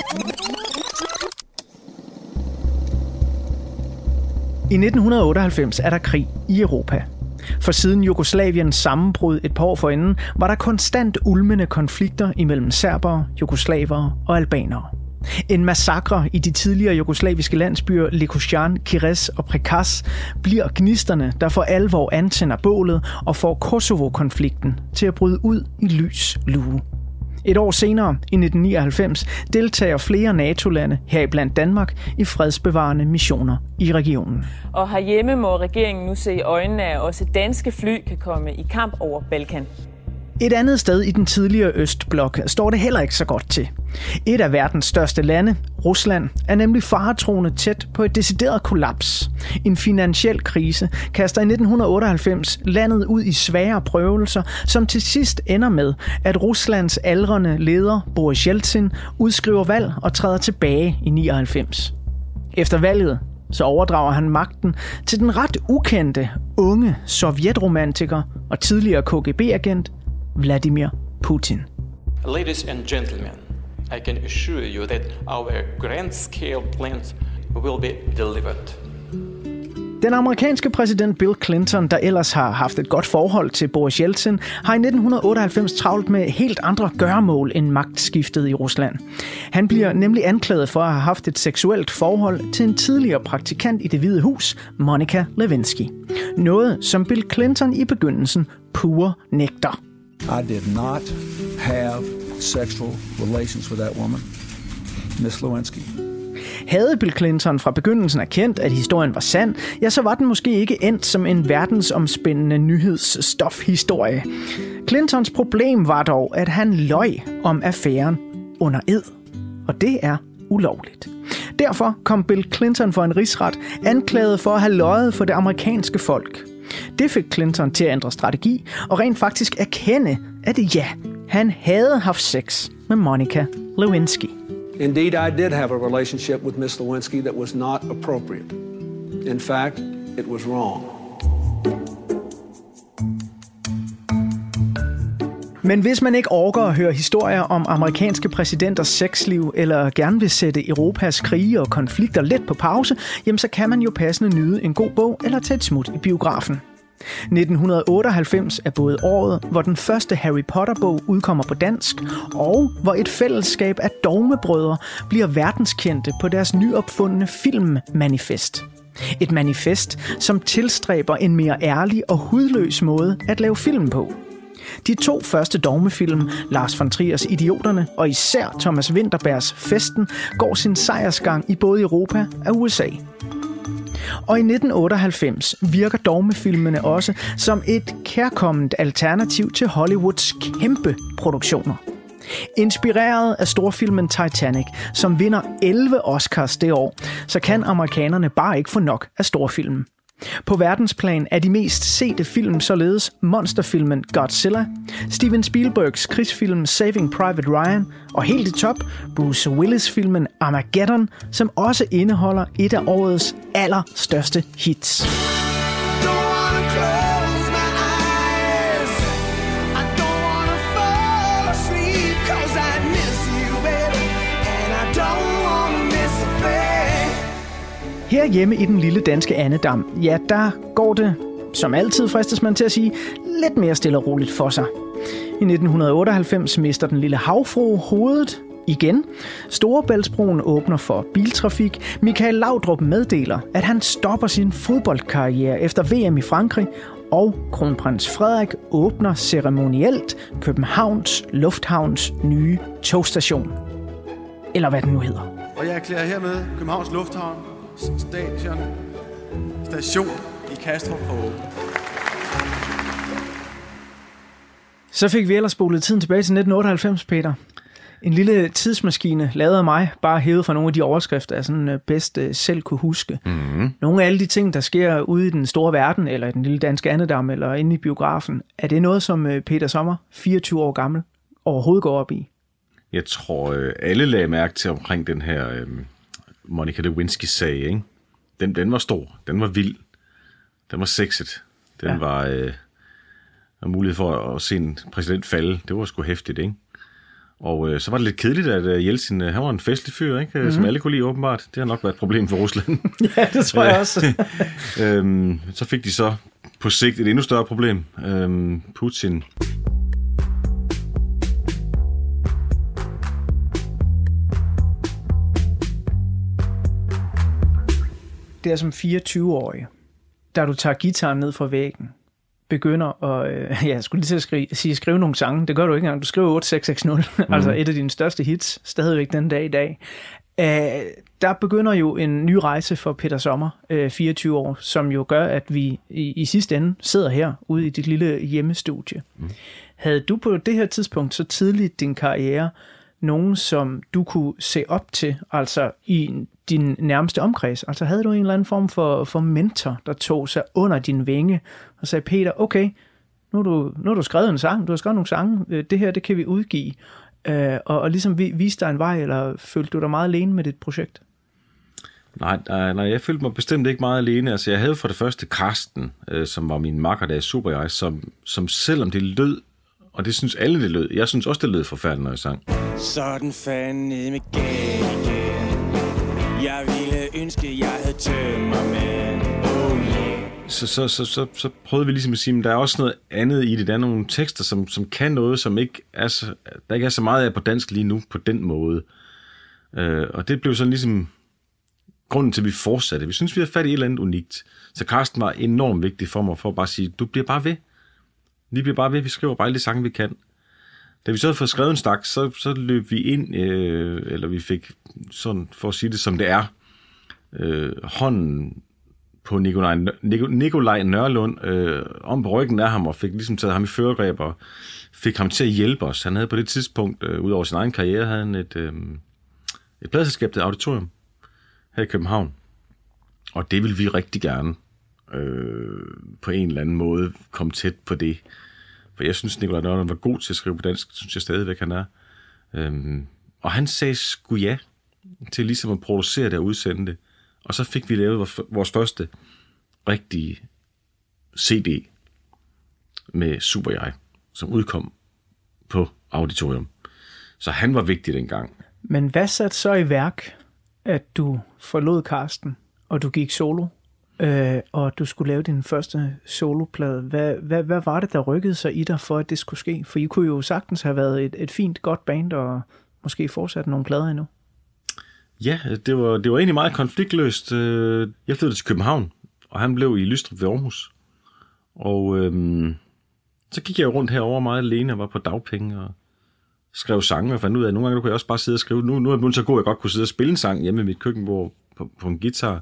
I 1998 er der krig i Europa. For siden Jugoslaviens sammenbrud et par år forinden, var der konstant ulmende konflikter imellem serbere, jugoslavere og albanere. En massakre i de tidligere jugoslaviske landsbyer Lekušan, Kires og Prikaz bliver gnisterne, der for alvor antænder bålet og får Kosovo-konflikten til at bryde ud i lys lue. Et år senere, i 1999, deltager flere NATO-lande, heriblandt Danmark, i fredsbevarende missioner i regionen. Og herhjemme må regeringen nu se i øjnene, at også danske fly kan komme i kamp over Balkan. Et andet sted i den tidligere Østblok står det heller ikke så godt til. Et af verdens største lande, Rusland, er nemlig faretroende tæt på et decideret kollaps. En finansiel krise kaster i 1998 landet ud i svære prøvelser, som til sidst ender med, at Ruslands aldrende leder Boris Jeltsin udskriver valg og træder tilbage i 99. Efter valget så overdrager han magten til den ret ukendte, unge sovjetromantiker og tidligere KGB-agent Vladimir Putin. Ladies and gentlemen, I can assure you that our grand-scale plans will be delivered. Den amerikanske præsident Bill Clinton, der ellers har haft et godt forhold til Boris Jeltsin, har i 1998 travlt med helt andre gøremål end magtskiftet i Rusland. Han bliver nemlig anklaget for at have haft et seksuelt forhold til en tidligere praktikant i Det Hvide Hus, Monica Lewinsky. Noget, som Bill Clinton i begyndelsen pure nægter. I did not have sexual relations with that woman, Miss Lewinsky. Havde Bill Clinton fra begyndelsen erkendt, at historien var sand, ja, så var den måske ikke endt som en verdensomspændende nyhedsstofhistorie. Clintons problem var dog, at han løj om affæren under ed. Og det er ulovligt. Derfor kom Bill Clinton for en rigsret, anklaget for at have løjet for det amerikanske folk. Det fik Clinton til at ændre strategi og rent faktisk erkende, at ja, han havde haft sex med Monica Lewinsky. Indeed, I did have a relationship with Miss Lewinsky that was not appropriate. In fact, it was wrong. Men hvis man ikke orker at høre historier om amerikanske præsidenters sexliv, eller gerne vil sætte Europas krige og konflikter lidt på pause, jamen så kan man jo passende nyde en god bog eller tage et smut i biografen. 1998 er både året, hvor den første Harry Potter-bog udkommer på dansk, og hvor et fællesskab af dogmebrødre bliver verdenskendte på deres nyopfundne filmmanifest. Et manifest, som tilstræber en mere ærlig og hudløs måde at lave film på. De 2 første dogmefilm, Lars von Triers Idioterne og især Thomas Vinterbergs Festen, går sin sejrsgang i både Europa og USA. Og i 1998 virker dogmefilmene også som et kærkomment alternativ til Hollywoods kæmpe produktioner. Inspireret af storfilmen Titanic, som vinder 11 Oscars det år, så kan amerikanerne bare ikke få nok af storfilmen. På verdensplan er de mest sete film således monsterfilmen Godzilla, Steven Spielbergs krigsfilm Saving Private Ryan og helt i top Bruce Willis-filmen Armageddon, som også indeholder et af årets allerstørste hits. Herhjemme i den lille danske Annedam, ja, der går det, som altid fristes man til at sige, lidt mere stille og roligt for sig. I 1998 mister den lille havfrue hovedet igen. Storebæltsbroen åbner for biltrafik. Michael Laudrup meddeler, at han stopper sin fodboldkarriere efter VM i Frankrig, og kronprins Frederik åbner ceremonielt Københavns Lufthavns nye togstation. Eller hvad den nu hedder. Og jeg erklærer hermed Københavns Lufthavn station i Kastrup for åben. Så fik vi ellers spolet tiden tilbage til 1998, Peter. En lille tidsmaskine lavet af mig, bare hævet fra nogle af de overskrifter, jeg sådan bedst selv kunne huske. Mm-hmm. Nogle af alle de ting, der sker ude i den store verden, eller i den lille danske andedam, eller inde i biografen, er det noget, som Peter Sommer, 24 år gammel, overhovedet går op i? Jeg tror, alle lagde mærke til omkring den her Monica Lewinsky-sag, ikke? Den var stor, den var vild, den var sexet, den var mulighed for at se en præsident falde. Det var sgu hæftigt, ikke? Og så var det lidt kedeligt, at Jeltsin, han var en festlig fyr, ikke? Som alle kunne lide åbenbart. Det har nok været et problem for Rusland. Ja, det tror jeg også. Så fik de så på sigt et endnu større problem. Putin. Det er som 24-årig, da du tager gitaren ned fra væggen, begynder at, jeg skulle lige til at skrive nogle sange. Det gør du ikke engang. Du skriver 8660, altså et af dine største hits, stadigvæk den dag i dag. Der begynder jo en ny rejse for Peter Sommer, 24 år, som jo gør, at vi i sidste ende sidder her ude i dit lille hjemmestudie. Havde du på det her tidspunkt, så tidligt din karriere, nogen, som du kunne se op til, altså i din nærmeste omkreds? Altså havde du en eller anden form for mentor, der tog sig under din vinge og sagde, Peter, okay, nu har du skrevet en sang, du har skrevet nogle sange, det her, det kan vi udgive, og ligesom vise dig en vej, eller følte du dig meget alene med dit projekt? Nej, jeg følte mig bestemt ikke meget alene. Altså, jeg havde for det første Karsten, som var min makker, der er Super Jeg, som selvom det lød, og det synes alle det lød, jeg synes også, det lød forfærdeligt, når jeg sang. Sådan fanden med galt igen. Jeg ville ønske, jeg havde tømmermænd. Oh yeah. Så prøvede vi ligesom at sige, at der er også noget andet i det. Der er nogle tekster, som kan noget, som ikke er så, der ikke er så meget af på dansk lige nu på den måde. Og det blev sådan ligesom grunden til, at vi fortsatte. Vi synes, vi havde fat i et eller andet unikt. Så Karsten var enormt vigtig for mig, for at bare sige, du bliver bare ved. Vi bliver bare ved, vi skriver bare alle de sange, vi kan. Da vi så havde fået skrevet en stak, så løb vi ind, eller vi fik, sådan for at sige det som det er, hånden på Nikolaj Nørlund om på ryggen af ham, og fik ligesom taget ham i førergreb, og fik ham til at hjælpe os. Han havde på det tidspunkt, ud over sin egen karriere, havde han et pladeselskab, der Auditorium, her i København. Og det ville vi rigtig gerne på en eller anden måde komme tæt på det. For jeg synes, Nikolaj Nørlund var god til at skrive på dansk. Det synes jeg stadigvæk, han er. Og han sagde sgu ja til ligesom at producere det og udsende det. Og så fik vi lavet vores første rigtige CD med Super Jeg, som udkom på Auditorium. Så han var vigtig dengang. Men hvad satte så i værk, at du forlod Karsten, og du gik solo? Og du skulle lave din første soloplade. Hvad var det, der rykkede sig i dig for, at det skulle ske? For I kunne jo sagtens have været et fint, godt band, og måske fortsat nogle plader endnu. Ja, det var egentlig meget konfliktløst. Jeg flyttede til København, og han blev i Lystrup ved Aarhus. Og så gik jeg rundt herover meget alene og var på dagpenge og skrev sange. Jeg fandt ud af, at nogle gange kunne jeg også bare sidde og skrive. Nu er jeg blevet så god, at jeg godt kunne sidde og spille en sang hjemme i mit køkkenbord på en guitar.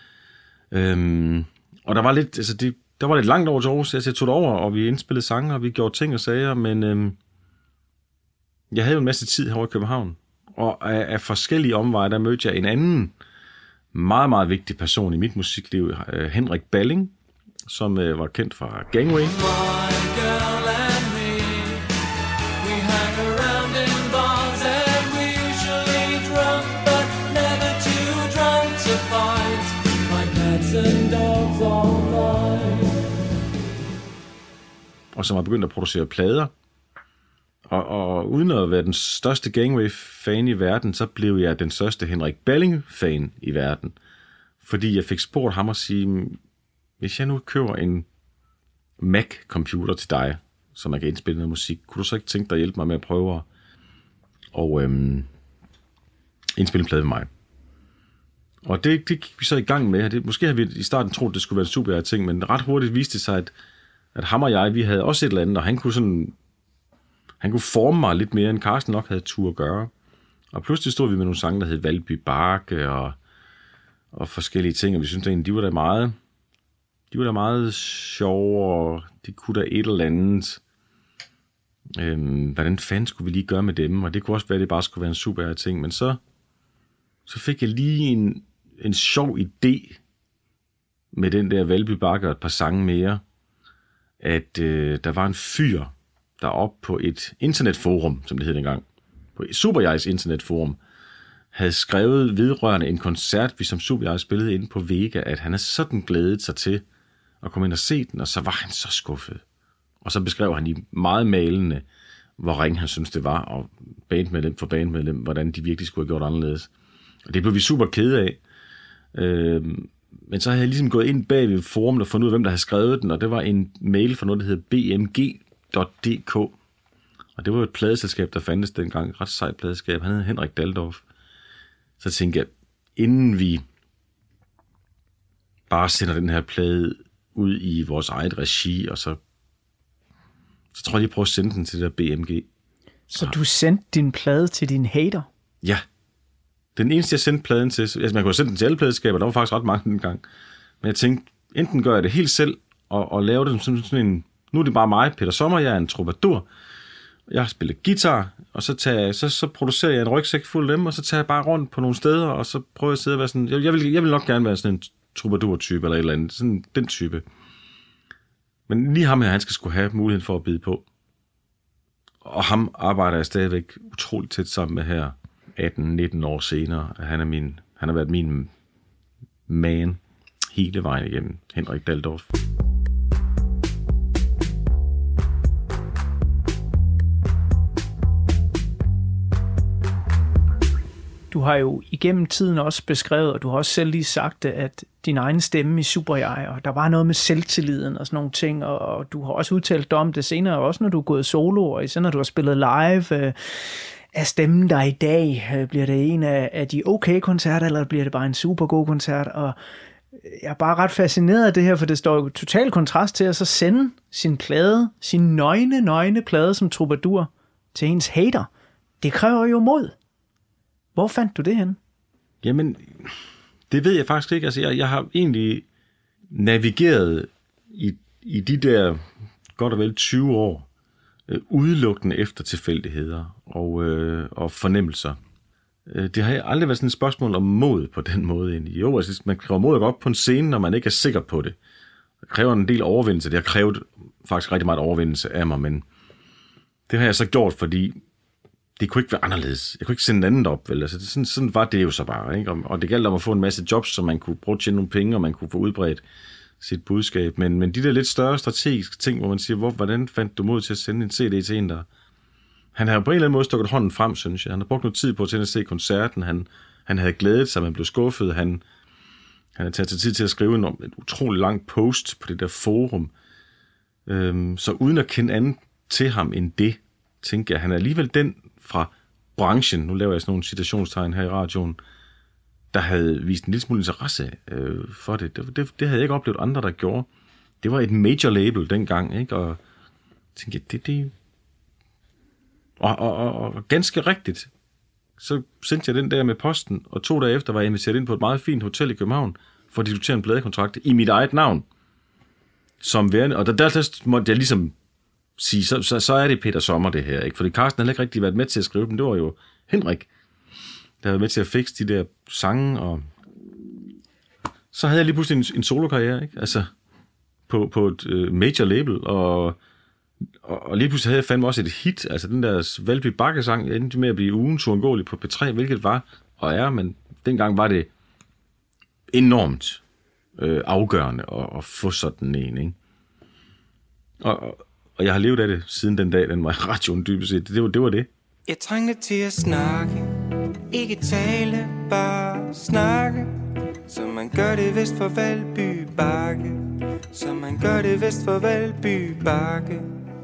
Og der var lidt, altså der var lidt langt over til Aarhus, jeg tog det over, og vi indspillede sange, og vi gjorde ting og sager, men jeg havde jo en masse tid herovre i København, og af forskellige omveje, der mødte jeg en anden meget, meget vigtig person i mit musikliv, Henrik Balling, som var kendt fra Gangway. Og som har begyndt at producere plader. Og uden at være den største Gangway-fan i verden, så blev jeg den største Henrik Balling-fan i verden. Fordi jeg fik spurgt ham at sige, hvis jeg nu køber en Mac-computer til dig, så man kan indspille noget musik, kunne du så ikke tænke dig at hjælpe mig med at prøve at indspille en plade med mig? Og det gik vi så i gang med. Måske havde vi i starten troet, det skulle være en super ting, men ret hurtigt viste det sig, at ham og jeg, vi havde også et eller andet, og han kunne forme mig lidt mere, end Karsten nok havde tur at gøre. Og pludselig stod vi med nogle sange, der hed Valby Bakke og forskellige ting, og vi syntes egentlig, de var da meget sjove, og de kunne da et eller andet. Hvordan fanden skulle vi lige gøre med dem? Og det kunne også være, at det bare skulle være en super ting. Men så fik jeg lige en sjov idé med den der Valby Bakke og et par sange mere, at der var en fyr, der oppe på et internetforum, som det hed dengang, på Super-Jais internetforum, havde skrevet vedrørende en koncert, vi som Super-Jai spillede inde på Vega, at han havde sådan glædet sig til at komme ind og se den, og så var han så skuffet. Og så beskrev han i meget malende, hvor ringe han synes det var, og bandmedlem for bandmedlem, hvordan de virkelig skulle have gjort anderledes. Og det blev vi super kede af. Men så havde jeg ligesom gået ind bag ved forum og fundet ud af, hvem der havde skrevet den, og det var en mail fra noget, der hed bmg.dk. Og det var et pladeselskab, der fandtes dengang, et ret sejt pladeskab. Han hed Henrik Daldorf. Så tænkte jeg, inden vi bare sender den her plade ud i vores eget regi, og så tror jeg lige prøve at sende den til det der BMG. Så du sendte din plade til din hater? Ja. Den eneste, jeg sendte pladen til, altså man kunne sende den til alle pladeskaber, der var faktisk ret mange dengang. Men jeg tænkte, enten gør jeg det helt selv, og lave det som sådan en, nu er det bare mig, Peter Sommer, jeg er en troubadour. Jeg spiller guitar, og så producerer jeg en rygsæk fuld af dem, og så tager jeg bare rundt på nogle steder, og så prøver jeg at sidde og være sådan, jeg vil nok gerne være sådan en troubadour-type, eller et eller andet, sådan den type. Men lige ham her, han skal sgu have muligheden for at bide på. Og ham arbejder jeg stadigvæk utroligt tæt sammen med her, 18-19 år senere. Han har været min man hele vejen igennem, Henrik Daldorf. Du har jo igennem tiden også beskrevet, og du har også selv lige sagt det, at din egen stemme i Super-Jai, og der var noget med selvtilliden og sådan nogle ting, og du har også udtalt dig om det senere, også når du er gået solo, og især når du har spillet live. Er stemmen der i dag? Bliver det en af de okay koncerter, eller bliver det bare en super god koncert? Og jeg er bare ret fascineret af det her, for det står jo total kontrast til at så sende sin plade, sin nøgne plade som troubadour til ens hater. Det kræver jo mod. Hvor fandt du det hen? Jamen, det ved jeg faktisk ikke. Altså, jeg har egentlig navigeret i de der godt og vel 20 år, udelukkende efter tilfældigheder og fornemmelser. Det har aldrig været sådan et spørgsmål om mod på den måde egentlig. Jo, altså, man kræver mod at gå op på en scene, når man ikke er sikker på det. Det kræver en del overvindelse. Det har krævet faktisk rigtig meget overvindelse af mig, men det har jeg så gjort, fordi det kunne ikke være anderledes. Jeg kunne ikke sende andet op, vel? Altså, sådan var det jo så bare, ikke? Og det galt om at få en masse jobs, så man kunne bruge til nogle penge, og man kunne få udbredt sit budskab. Men de der lidt større strategiske ting, hvor man siger, hvordan fandt du mod til at sende en CD til en, der... Han har på en eller anden måde stukket hånden frem, synes jeg. Han har brugt noget tid på at se koncerten. Han havde glædet sig, man blev skuffet. Han havde taget sig tid til at skrive en utrolig lang post på det der forum. Så uden at kende andet til ham end det, tænker jeg, han er alligevel den fra branchen, nu laver jeg sådan nogle citationstegn her i radioen, der havde vist en lille smule interesse for det. Det havde jeg ikke oplevet andre, der gjorde. Det var et major label dengang, ikke? Og jeg tænkte, det og ganske rigtigt, så sendte jeg den der med posten, og 2 dage efter var jeg inviteret ind på et meget fint hotel i København, for at diskutere en pladekontrakt i mit eget navn. Som værende, og der måtte jeg ligesom sige, så er det Peter Sommer det her, ikke? Fordi Carsten havde ikke rigtig været med til at skrive dem. Det var jo Henrik, der havde med til at fikse de der sange, og så havde jeg lige pludselig en solokarriere, ikke? Altså på et major label, og lige pludselig havde jeg fandme også et hit, altså den der Valby Bakke-sang endte med at blive ugens uundgåelig på P3, hvilket var og er, men dengang var det enormt afgørende at få sådan en, ikke? Og jeg har levet af det siden den dag, den var i radioen dybest set. Det var det. Jeg trængte til at snakke, ikke tale, bare snakke. Som man gør det vest for Valby Bakke. Som man gør det vest for Valby Bakke.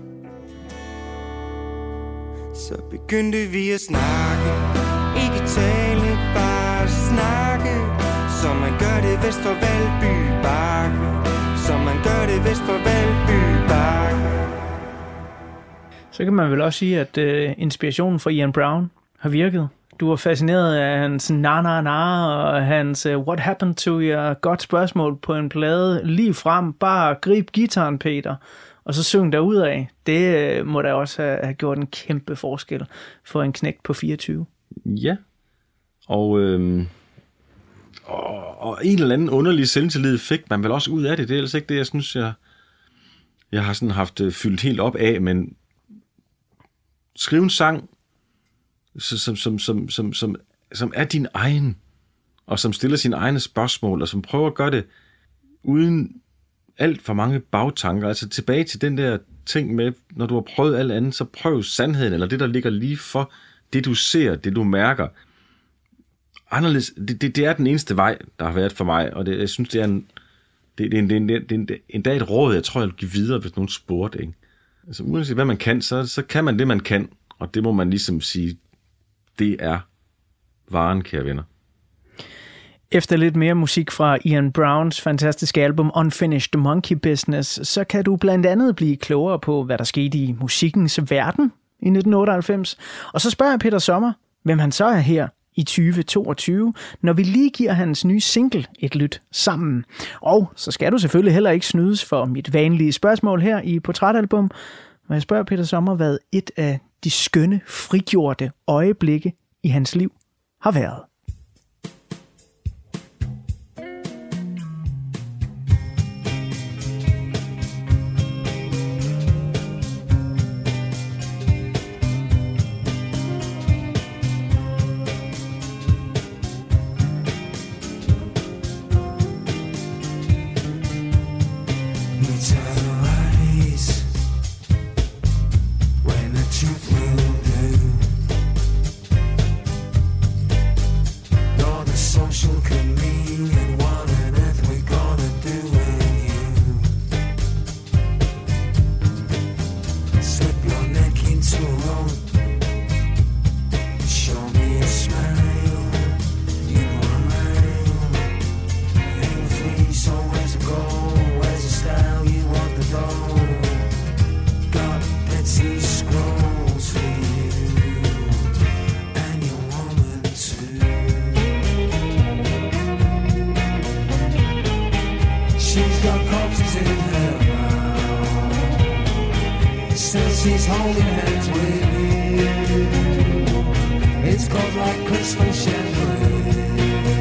Så begyndte vi at snakke, ikke tale, bare snakke. Som man gør det vest for Valby Bakke. Som man gør det vest for Valby Bakke. Så kan man vel også sige, at inspirationen fra Ian Brown har virket. Du var fascineret af hans na, og hans what happened to your godt spørgsmål på en plade. Lige frem, bare grib guitaren, Peter, og så syng derudad. Det må da også have gjort en kæmpe forskel for en knægt på 24. Ja, og en eller anden underlig selvtillid fik man vel også ud af det. Det er ellers ikke det, jeg synes, jeg har sådan haft fyldt helt op af, men skrive en sang, som er din egen, og som stiller sine egne spørgsmål, og som prøver at gøre det uden alt for mange bagtanker. Altså tilbage til den der ting med, når du har prøvet alt andet, så prøv sandheden, eller det, der ligger lige for det, du ser, det, du mærker. Anderledes, det er den eneste vej, der har været for mig, og jeg synes, det er endda et råd, jeg tror, jeg vil give videre, hvis nogen spurgte. Ikke? Altså, uanset hvad man kan, så kan man det, man kan, og det må man ligesom sige, det er varen, kære venner. Efter lidt mere musik fra Ian Browns fantastiske album Unfinished Monkey Business, så kan du blandt andet blive klogere på, hvad der skete i musikkens verden i 1998. Og så spørger jeg Peter Sommer, hvem han så er her i 2022, når vi lige giver hans nye single et lyt sammen. Og så skal du selvfølgelig heller ikke snydes for mit vanlige spørgsmål her i Portrætalbum, hvor jeg spørger Peter Sommer, hvad et af de skønne, frigjorte øjeblikke i hans liv har været. She's holding hands with you. It's cold like crystal chandelier.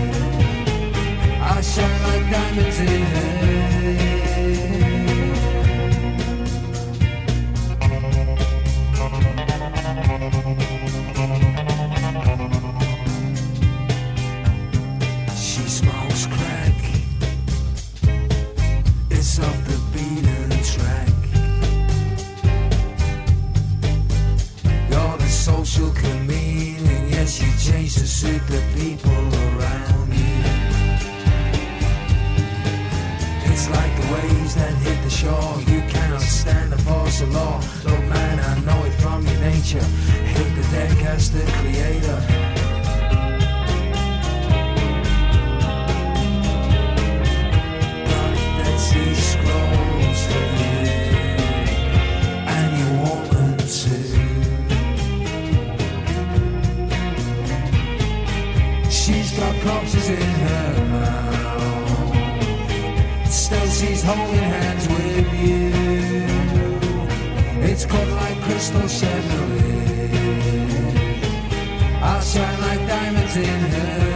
I shine like diamonds in her. She smokes crack. It's off the beaten track. Social chameleon, yes, you change to suit the people around you. It's like the waves that hit the shore. You cannot stand the force of law. Look, man, I know it from your nature. Hit the deck as the creator. But that sea scrolls for you and your woman too. She's got corpses in her mouth. Still she's holding hands with you. It's cold like crystal chandelier. I'll shine like diamonds in her.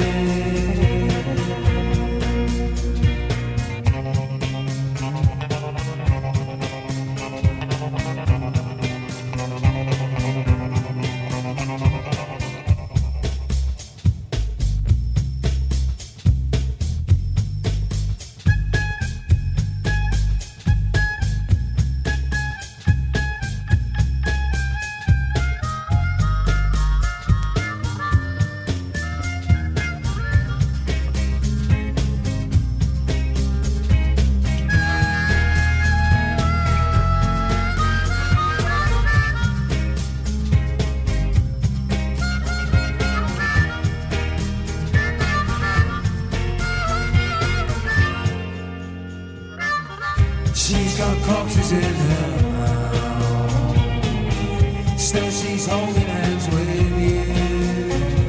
She's got corpses in her mouth. Still she's holding hands with you.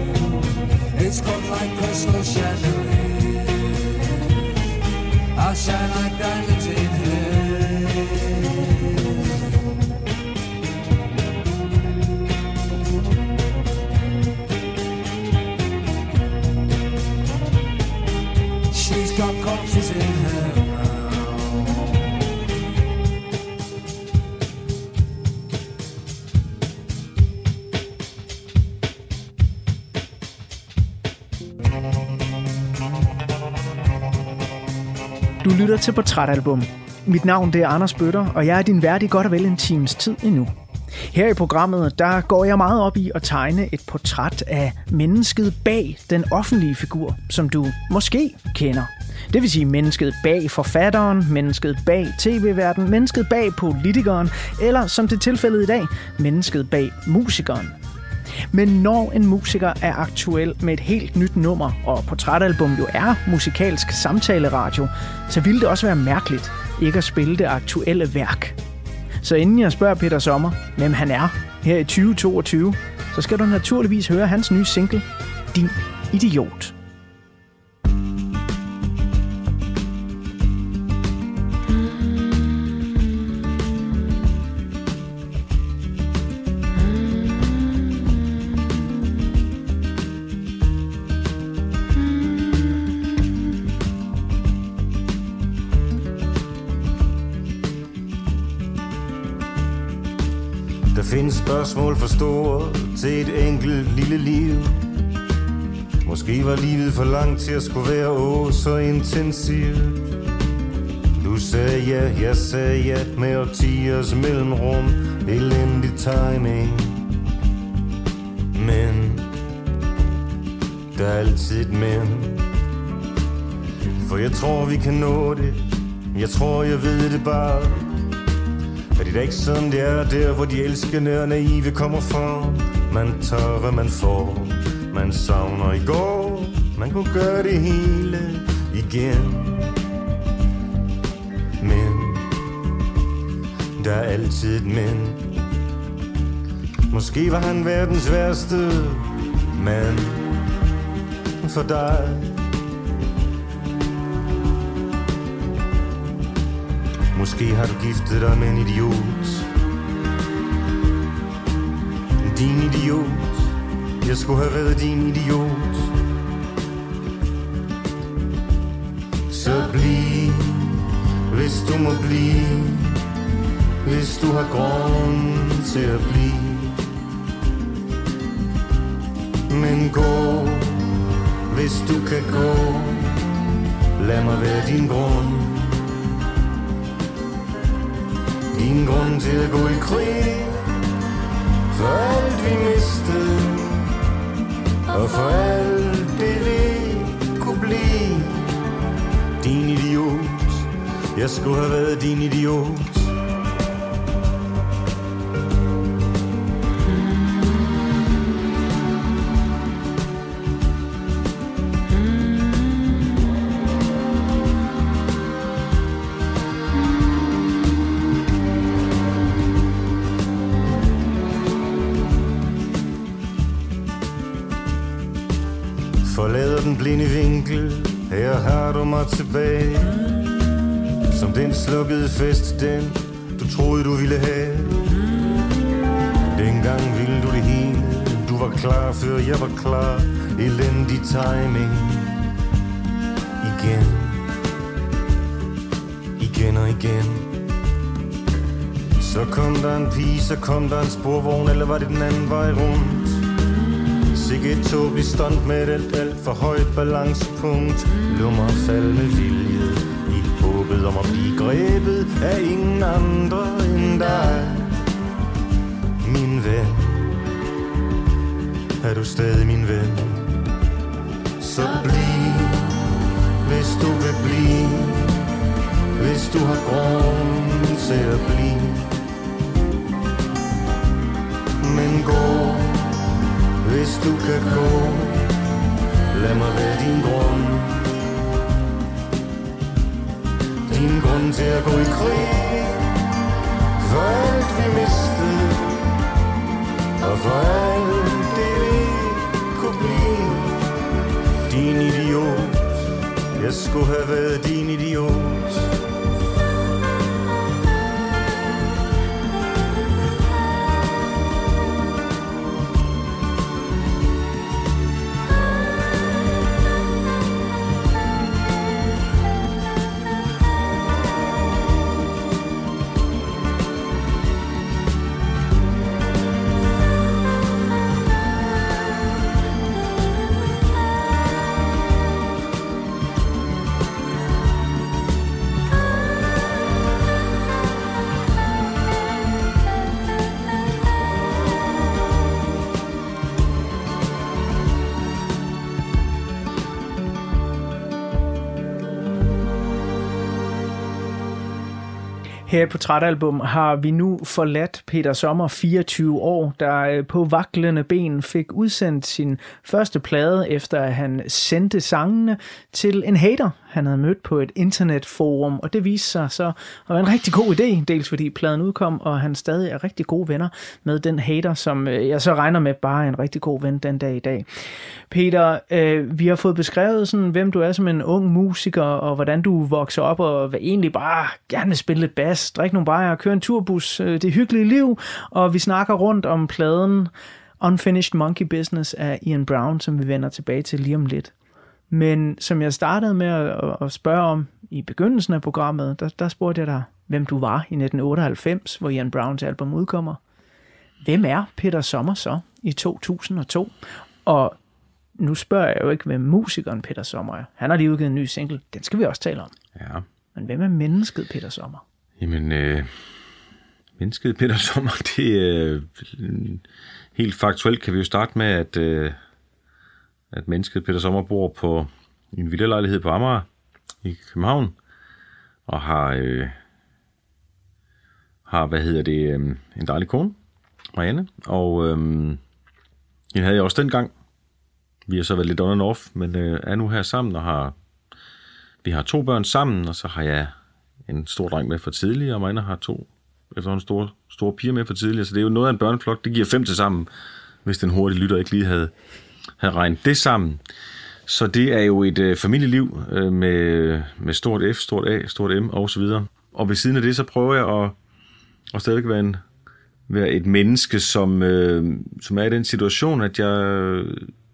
It's cut like crystal chandelier. I'll shine like diamonds in her. She's got corpses in her mouth. Du lytter til Portrætalbum. Mit navn det er Anders Bøtter, og jeg er din vært i godt og vel en times tid endnu. Her i programmet, der går jeg meget op i at tegne et portræt af mennesket bag den offentlige figur, som du måske kender. Det vil sige mennesket bag forfatteren, mennesket bag tv-værten, mennesket bag politikeren, eller som det er tilfældet i dag, mennesket bag musikeren. Men når en musiker er aktuel med et helt nyt nummer, og Portrætalbum jo er musikalsk samtaleradio, så ville det også være mærkeligt ikke at spille det aktuelle værk. Så inden jeg spørger Peter Sommer, hvem han er her i 2022, så skal du naturligvis høre hans nye single, Din Idiot. Der findes spørgsmål for store til et enkelt lille liv. Måske var livet for langt til at skulle være så intensivt. Du sagde ja, jeg sagde ja med årtiers mellemrum. Elendig timing. Men der er altid et men. For jeg tror vi kan nå det. Jeg tror jeg ved det bare. Er det da ikke sådan det er der, hvor de elskende og naive kommer fra? Man tager hvad man får. Man savner i går. Man kunne gøre det hele igen. Men der er altid et men. Måske var han verdens værste mand for dig. Måske har du giftet dig med en idiot. Din idiot. Jeg skulle have været din idiot. Så bliv, hvis du må blive. Hvis du har grund til at blive. Men gå, hvis du kan gå. Lad mig være din grund. Din grund til at gå i krig. For alt vi mistede. Og for alt det vi kunne blive. Din idiot. Jeg skulle have været din idiot. Forlader den blinde vinkel. Her har du mig tilbage. Som den slukkede fest, den du troede du ville have. Dengang ville du det hele. Du var klar før jeg var klar. Elendig timing. Igen. Igen og igen. Så kom der en pige, så kom der en sporvogn. Eller var det den anden vej rundt? Sikke et tåbeligt stunt med et alt for højt balancepunkt. Lad mig falde med vilje i håbet om at blive grebet af ingen andre end dig. Min ven, er du stadig min ven? Så bliv, hvis du vil blive. Hvis du har grund til at blive. Men gå, hvis du kan gå. Lad mig være din grund. Din grund til at gå i krig. For alt vi mistede. Og for alt det vi kunne blive. skulle have været din idiot. Her i Portrætalbum har vi nu forladt Peter Sommer, 24 år, der på vaklende ben fik udsendt sin første plade, efter at han sendte sangene til en hater, han havde mødt på et internetforum. Og det viste sig så at være en rigtig god idé, dels fordi pladen udkom, og han stadig er rigtig gode venner med den hater, som jeg så regner med bare er en rigtig god ven den dag i dag. Peter, vi har fået beskrevet, sådan, hvem du er som en ung musiker, og hvordan du vokser op og egentlig bare gerne vil spille lidt bas, drikke nogle bajer, køre en turbus, det hyggelige liv, og vi snakker rundt om pladen Unfinished Monkey Business af Ian Brown, som vi vender tilbage til lige om lidt. Men som jeg startede med at spørge om i begyndelsen af programmet, der spurgte jeg dig, hvem du var i 1998, hvor Ian Browns album udkommer. Hvem er Peter Sommer så i 2002? Og nu spørger jeg jo ikke, hvem musikeren Peter Sommer er. Han har lige udgivet en ny single. Den skal vi også tale om. Ja. Men hvem er mennesket Peter Sommer? Jamen, mennesket Peter Sommer, det er helt faktuelt kan vi jo starte med, at mennesket Peter Sommer bor på en villalejlighed på Amager i København, og har en dejlig kone, Marianne, og hende havde jeg også dengang. Vi har så været lidt on and off, men er nu her sammen, og vi har 2 børn sammen, og så har jeg en stor dreng med for tidligere, og Marianne har 2 efterhånden store piger med for tidligere, så det er jo noget af en børneflok. Det giver 5 til sammen, hvis den hurtige lytter ikke lige havde regnet det sammen. Så det er jo et familieliv med stort F, stort A, stort M og så videre. Og ved siden af det, så prøver jeg at stadigvæk være et menneske, som er i den situation, at jeg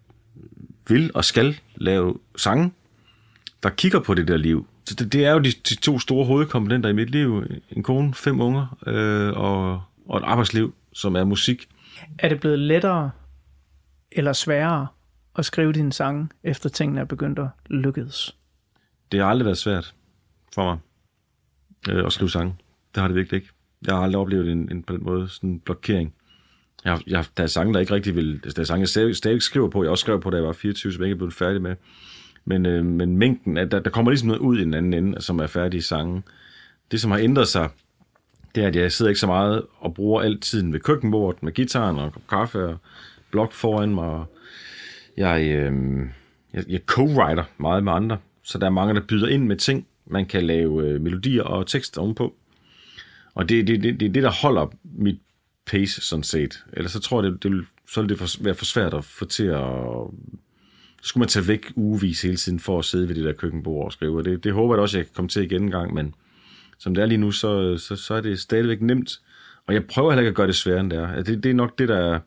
vil og skal lave sange, der kigger på det der liv. Så det er jo de 2 store hovedkomponenter i mit liv. En kone, 5 unger og et arbejdsliv, som er musik. Er det blevet lettere eller sværere at skrive dine sange, efter tingene er begyndt at lykkes? Det har aldrig været svært for mig at skrive sange. Det har det virkelig ikke. Jeg har aldrig oplevet en på den måde sådan en blokering. Der er sange, der ikke rigtig vil... Der er sange, jeg stadig skriver på. Jeg også skrev på, da jeg var 24, som jeg ikke er blevet færdig med. Men mængden, der kommer ligesom noget ud i den anden ende, som er færdige sange. Det, som har ændret sig, det er, at jeg sidder ikke så meget og bruger al tiden ved køkkenbordet med gitaren og kaffe og blok foran mig. Og jeg co-writer meget med andre, så der er mange, der byder ind med ting. Man kan lave melodier og tekster ovenpå. Og det er det, der holder mit pace, sådan set. Ellers så tror jeg, så vil det være for svært at få til at... Så skulle man tage væk ugevis hele tiden for at sidde ved det der køkkenbord og skrive. Det håber jeg også, jeg kan komme til igen en gang, men som det er lige nu, så er det stadigvæk nemt. Og jeg prøver heller ikke at gøre det sværere, end det er. Det er nok det, der er...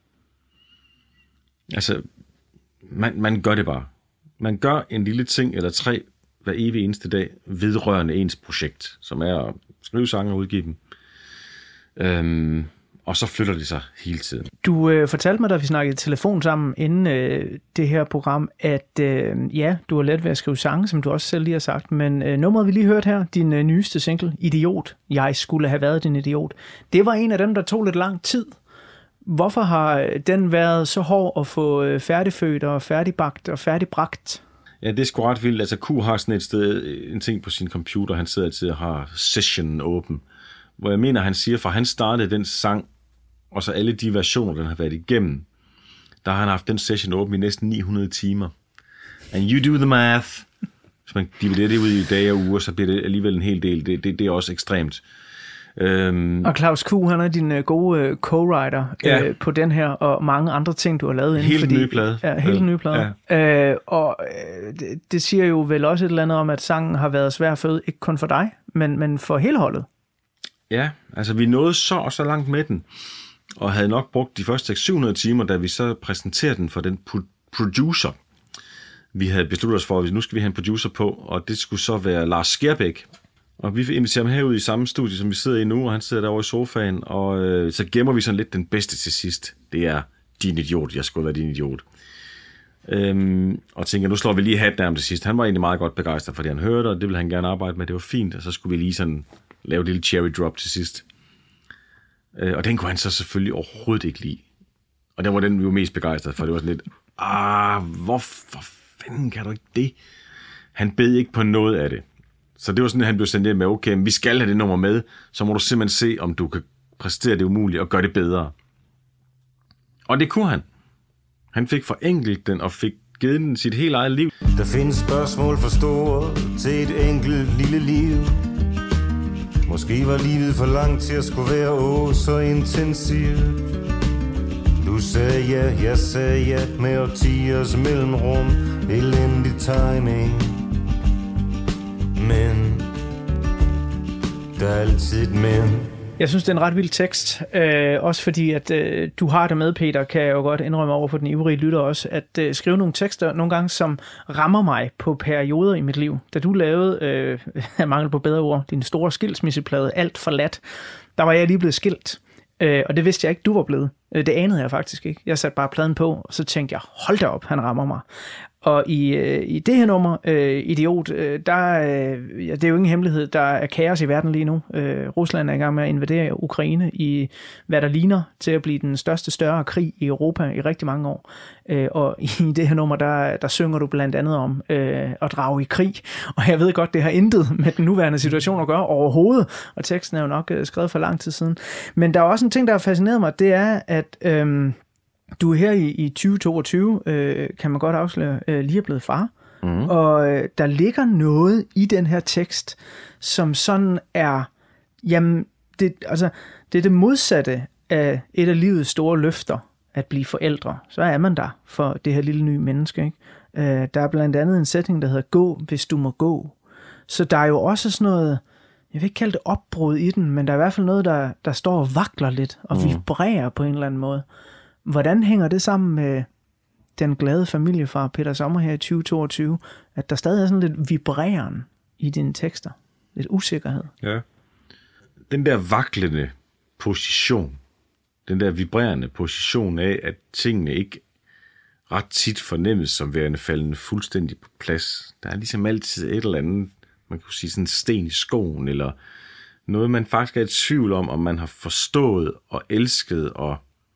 Altså, man gør det bare. Man gør en lille ting eller 3 hver evig eneste dag vedrørende ens projekt, som er at skrive sange og udgive dem. Og så flytter det sig hele tiden. Du fortalte mig, da vi snakkede i telefon sammen inden det her program, at du har let ved at skrive sange, som du også selv lige har sagt, men nummeret vi lige hørte her, din nyeste single, Idiot, jeg skulle have været din idiot, det var en af dem, der tog lidt lang tid. Hvorfor har den været så hård at få færdigfødt og færdigbagt og færdigbragt? Ja, det er sgu ret vildt. Altså, Q har sådan et sted, en ting på sin computer, han sidder altid og har session åben, hvor jeg mener, han siger, for han startede den sang, og så alle de versioner, den har været igennem, der har han haft den session åben i næsten 900 timer. And you do the math. Hvis man dividerer det ud i dage og uger, så bliver det alligevel en hel del. Det er også ekstremt. Og Claus Q, han er din gode co-writer på den her, og mange andre ting, du har lavet inden. Helt nye plade. Ja, helt nye plade. Ja. Det siger jo vel også et eller andet om, at sangen har været svær at føde, ikke kun for dig, men for hele holdet. Ja, altså vi nåede så langt med den, og havde nok brugt de første 600 timer, da vi så præsenterede den for den producer. Vi havde besluttet os for, at nu skal vi have en producer på, og det skulle så være Lars Skærbæk. Og vi inviterer ham herud i samme studie, som vi sidder i nu, og han sidder derovre i sofaen, og så gemmer vi sådan lidt den bedste til sidst. Det er din idiot, jeg skulle være din idiot. Og tænker, nu slår vi lige hatten af ham til sidst. Han var egentlig meget godt begejstret for det, han hørte, og det ville han gerne arbejde med. Det var fint, og så skulle vi lige sådan lave et lille cherry drop til sidst. Og den kunne han så selvfølgelig overhovedet ikke lide. Og den var den, vi var mest begejstret for. Det var sådan lidt, hvorfor fanden kan du ikke det? Han bed ikke på noget af det. Så det var sådan, at han blev sendt hjem med, okay, vi skal have det nummer med, så må du simpelthen se, om du kan præstere det umuligt og gøre det bedre. Og det kunne han. Han fik forenklet den og fik givet den sit helt eget liv. Der findes spørgsmål for store til et enkelt lille liv. Måske var livet for langt til at skulle være så intensivt. Du sagde ja, jeg sagde ja, med årtiers mellemrum, elendig timing. Men der er altid et men. Jeg synes, det er en ret vild tekst, også fordi, at du har det med, Peter, kan jeg jo godt indrømme over for den ivrige lytter også, at skrive nogle tekster nogle gange, som rammer mig på perioder i mit liv. Da du lavede, mangel på bedre ord, din store skilsmisseplade, Alt forladt, der var jeg lige blevet skilt, og det vidste jeg ikke, du var blevet. Det anede jeg faktisk ikke. Jeg satte bare pladen på, og så tænkte jeg, hold da op, han rammer mig. Og i det her nummer, Idiot, det er jo ingen hemmelighed, der er kaos i verden lige nu. Rusland er i gang med at invadere Ukraine i, hvad der ligner til at blive den større krig i Europa i rigtig mange år. Og i det her nummer, der synger du blandt andet om at drage i krig. Og jeg ved godt, det har intet med den nuværende situation at gøre overhovedet, og teksten er jo nok skrevet for lang tid siden. Men der er også en ting, der har fascineret mig, det er, at du er her i 2022, kan man godt afsløre, lige er blevet far. Mm. Og der ligger noget i den her tekst, som sådan er, jamen, det er det modsatte af et af livets store løfter, at blive forældre. Så er man der for det her lille nye menneske, ikke? Der er blandt andet en sætning, der hedder, gå, hvis du må gå. Så der er jo også sådan noget, jeg vil ikke kalde det opbrud i den, men der er i hvert fald noget, der står og vakler lidt, og vibrerer på en eller anden måde. Hvordan hænger det sammen med den glade familiefar Peter Sommer her i 2022, at der stadig er sådan lidt vibreren i dine tekster? Lidt usikkerhed. Ja. Den der vaklende position, den der vibrerende position af, at tingene ikke ret tit fornemmes som værende faldende fuldstændig på plads. Der er ligesom altid et eller andet, man kan sige sådan en sten i skoen, eller noget, man faktisk er i tvivl om man har forstået og elsket og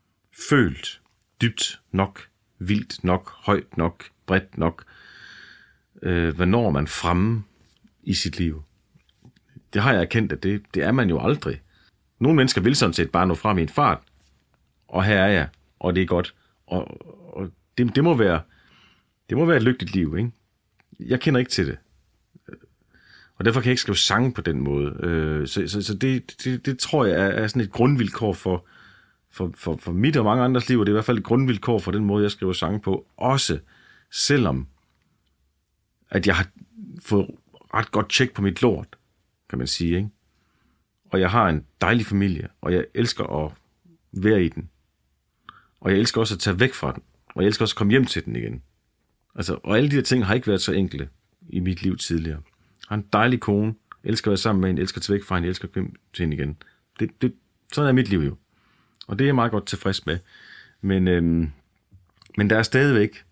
følt dybt nok, vildt nok, højt nok, bredt nok. Hvornår er man fremme i sit liv? Det har jeg erkendt, at det er man jo aldrig. Nogle mennesker vil sådan set bare nå frem i en fart, og her er jeg, og det er godt. Og det må være et lykkeligt liv, ikke? Jeg kender ikke til det. Og derfor kan jeg ikke skrive sange på den måde. Så det tror jeg er sådan et grundvilkår for mit og mange andres liv, og det er i hvert fald et grundvilkår for den måde, jeg skriver sange på. Også selvom, at jeg har fået ret godt tjek på mit lort, kan man sige, ikke? Og jeg har en dejlig familie, og jeg elsker at være i den. Og jeg elsker også at tage væk fra den, og jeg elsker også at komme hjem til den igen. Altså, og alle de her ting har ikke været så enkle i mit liv tidligere. Jeg har en dejlig kone, elsker at være sammen med hende, elsker at tage væk fra hende, elsker at komme til hende igen. Sådan er mit liv jo. Og det er jeg meget godt tilfreds med. Men der er stadigvæk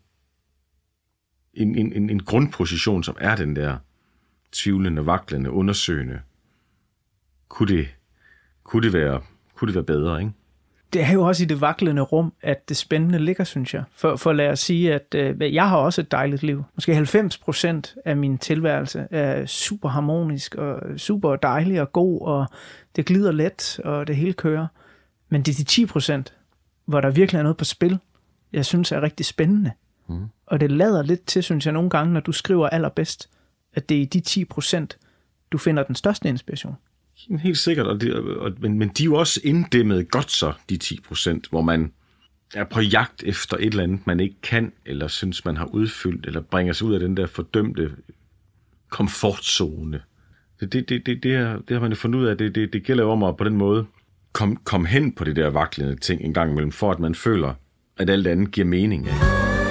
en grundposition, som er den der tvivlende, vaklende, undersøgende. Kunne det være bedre, ikke? Det er jo også i det vaklende rum, at det spændende ligger, synes jeg. For lad os sige, at jeg har også et dejligt liv. Måske 90% af min tilværelse er super harmonisk og super dejlig og god, og det glider let, og det hele kører. Men det er de 10%, hvor der virkelig er noget på spil, jeg synes er rigtig spændende. Mm. Og det lader lidt til, synes jeg, nogle gange, når du skriver allerbedst, at det er i de 10%, du finder den største inspiration. Helt sikkert, men de er jo også inddæmmet godt så, de 10%, hvor man er på jagt efter et eller andet, man ikke kan, eller synes, man har udfyldt, eller bringer sig ud af den der fordømte komfortzone. Det har man jo fundet ud af, det gælder jo om at på den måde komme hen på det der vaklende ting en gang imellem, for at man føler, at alt andet giver mening. Ja.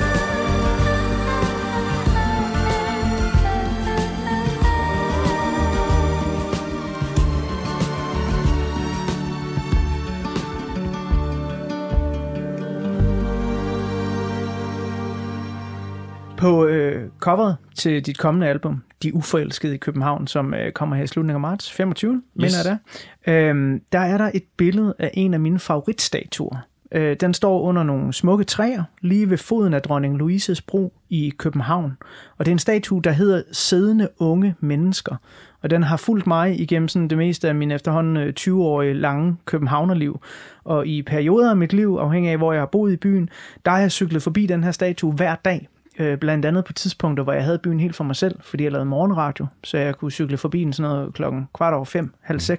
På coveret til dit kommende album, De Uforelskede i København, som kommer her i slutningen af marts, 25, mener jeg det. Der er der et billede af en af mine favoritstatuer. Den står under nogle smukke træer, lige ved foden af Dronning Louises Bro i København. Og det er en statue, der hedder Siddende Unge Mennesker. Og den har fulgt mig igennem sådan det meste af min efterhånden 20-årige lange københavnerliv. Og i perioder af mit liv, afhængig af hvor jeg har boet i byen, der har jeg cyklet forbi den her statue hver dag. Blandt andet på tidspunkter, hvor jeg havde byen helt for mig selv, fordi jeg lavede morgenradio, så jeg kunne cykle forbi den sådan noget 5:15,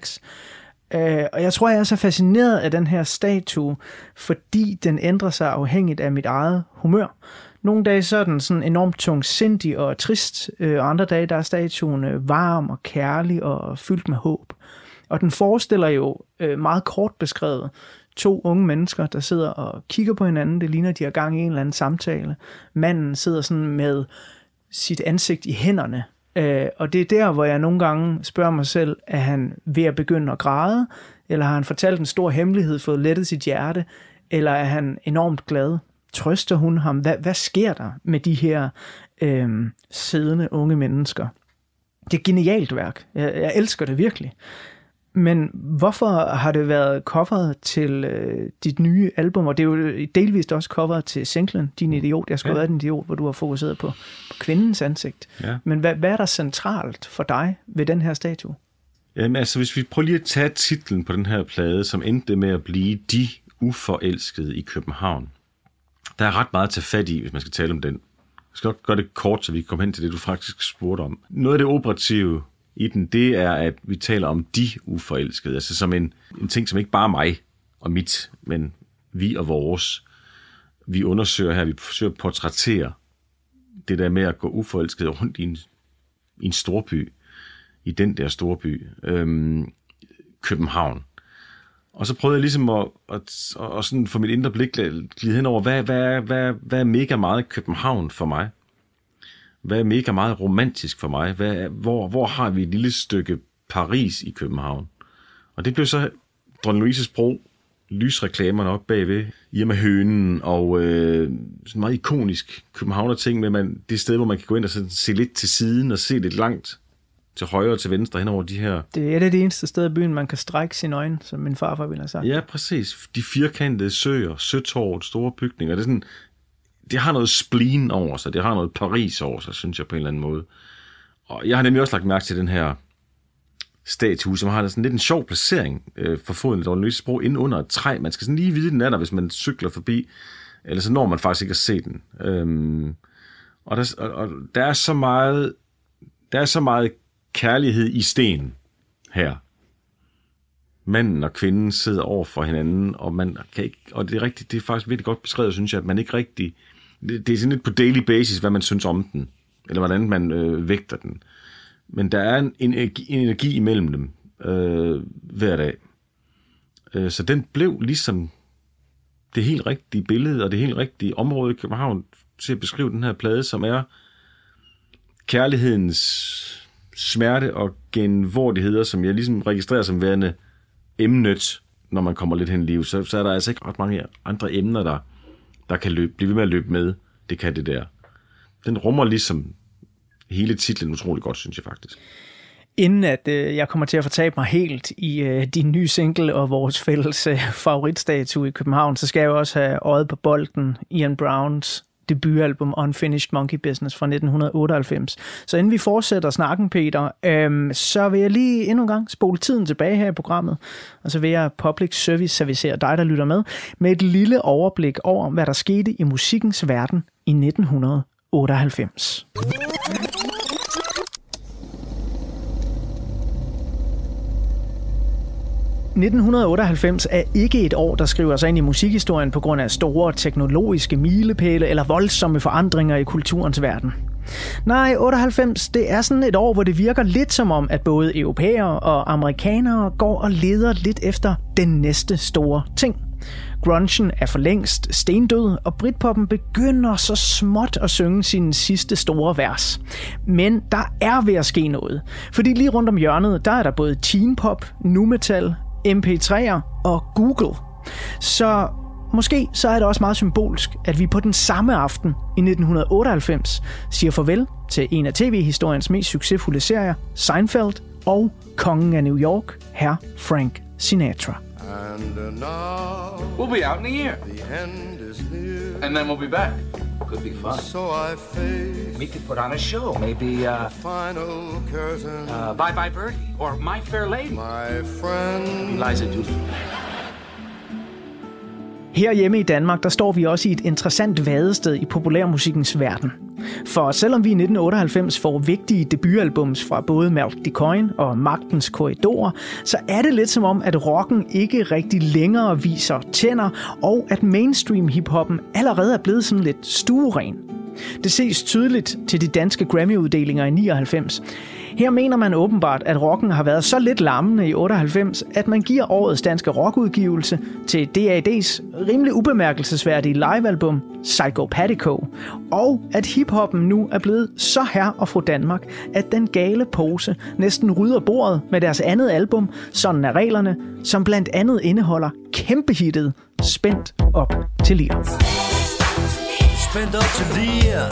5:30. Og jeg tror, jeg er så fascineret af den her statue, fordi den ændrer sig afhængigt af mit eget humør. Nogle dage så er den sådan enormt tungsindig og trist, og andre dage der er statuen varm og kærlig og fyldt med håb. Og den forestiller jo meget kort beskrevet 2 unge mennesker, der sidder og kigger på hinanden. Det ligner, de har gang i en eller anden samtale. Manden sidder sådan med sit ansigt i hænderne. Og det er der, hvor jeg nogle gange spørger mig selv, er han ved at begynde at græde? Eller har han fortalt en stor hemmelighed, fået lettet sit hjerte? Eller er han enormt glad? Trøster hun ham? Hvad sker der med de her siddende unge mennesker? Det er et genialt værk. Jeg elsker det virkelig. Men hvorfor har det været coveret til dit nye album, og det er jo delvist også coveret til singlen, Din Idiot. Jeg skulle have været en idiot, hvor du har fokuseret på kvindens ansigt. Ja. Men hvad er der centralt for dig ved den her statue? Jamen altså, hvis vi prøver lige at tage titlen på den her plade, som endte med at blive De Uforelskede i København. Der er ret meget at tage fat i, hvis man skal tale om den. Jeg skal nok gøre det kort, så vi kan komme hen til det, du faktisk spurgte om. Noget af det operative i den, det er, at vi taler om de uforelskede, altså som en ting, som ikke bare er mig og mit, men vi og vores. Vi undersøger her, vi forsøger at portrættere det der med at gå uforelsket rundt i en storby, i den der storby, København. Og så prøvede jeg ligesom at sådan få mit indre blik glide hen over, hvad er mega meget København for mig? Hvad er mega meget romantisk for mig? Hvor har vi et lille stykke Paris i København? Og det blev så Dronning Louises Bro, lysreklamerne op bagved, Irma Hønen og sådan meget ikonisk københavner ting med det sted, hvor man kan gå ind og se lidt til siden og se lidt langt til højre og til venstre hen over de her. Det er et af de eneste steder i byen, man kan strække sine øjne, som min farfar ville have sagt. Ja, præcis. De firkantede søer, Søtorvet, store bygninger. Det er sådan, det har noget spleen over sig, det har noget Paris over sig, synes jeg på en eller anden måde. Og jeg har nemlig også lagt mærke til den her statue, som har sådan lidt en sjov placering for foden af Dronning Louises Bro inde under et træ. Man skal sådan lige vide, den er der, hvis man cykler forbi, eller så når man faktisk ikke at se den. Og der er så meget kærlighed i sten her. Manden og kvinden sidder over for hinanden, og man kan ikke, og det er rigtigt, det er faktisk virkelig godt beskrevet, synes jeg, at man ikke rigtig, det er sådan lidt på daily basis, hvad man synes om den, eller hvordan man vægter den. Men der er en energi imellem dem hver dag. Så den blev ligesom det helt rigtige billede, og det helt rigtige område i København til at beskrive den her plade, som er kærlighedens smerte og genvordigheder, som jeg ligesom registrerer som værende emnet, når man kommer lidt hen i livet. Så er der altså ikke ret mange andre emner, der kan blive ved med at løbe med. Det kan det der. Den rummer ligesom hele titlen utroligt godt, synes jeg faktisk. Inden at jeg kommer til at fortabe mig helt i din nye single og vores fælles favoritstatue i København, så skal jeg jo også have øjet på bolden, Ian Browns debutalbum Unfinished Monkey Business fra 1998. Så inden vi fortsætter snakken, Peter, så vil jeg lige endnu en gang spole tiden tilbage her i programmet, og så vil jeg public service servicere dig, der lytter med et lille overblik over, hvad der skete i musikkens verden i 1998. 1998 er ikke et år, der skriver sig ind i musikhistorien på grund af store teknologiske milepæle eller voldsomme forandringer i kulturens verden. Nej, 98, det er sådan et år, hvor det virker lidt som om, at både europæere og amerikanere går og leder lidt efter den næste store ting. Grungen er for længst stendød, og Britpoppen begynder så småt at synge sine sidste store vers. Men der er ved at ske noget, fordi lige rundt om hjørnet, der er der både teenpop, nu metal, MP3'er og Google. Så måske så er det også meget symbolsk, at vi på den samme aften i 1998 siger farvel til en af tv-historiens mest succesfulde serier, Seinfeld, og kongen af New York, hr. Frank Sinatra. And now we'll be out in a year. The end is near. And then we'll be back. Could be fun. So I face. We could put on a show. Maybe, final curtain. Bye Bye Birdie. Or My Fair Lady. My friend. Eliza Doolittle. Herhjemme i Danmark, der står vi også i et interessant vadested i populærmusikkens verden. For selvom vi i 1998 får vigtige debutalbums fra både Malk de Koijn og Magtens Korridorer, så er det lidt som om, at rocken ikke rigtig længere viser tænder, og at mainstream hiphoppen allerede er blevet sådan lidt stueren. Det ses tydeligt til de danske Grammy-uddelinger i 99. Her mener man åbenbart, at rocken har været så lidt lammende i 98, at man giver årets danske rockudgivelse til DAD's rimelig ubemærkelsesværdige livealbum Psychopathico, og at hiphoppen nu er blevet så herre og fru Danmark, at den gale pose næsten rydder bordet med deres andet album, Sådan er reglerne, som blandt andet indeholder kæmpehittet Spændt op til lir. Spændt op til lir.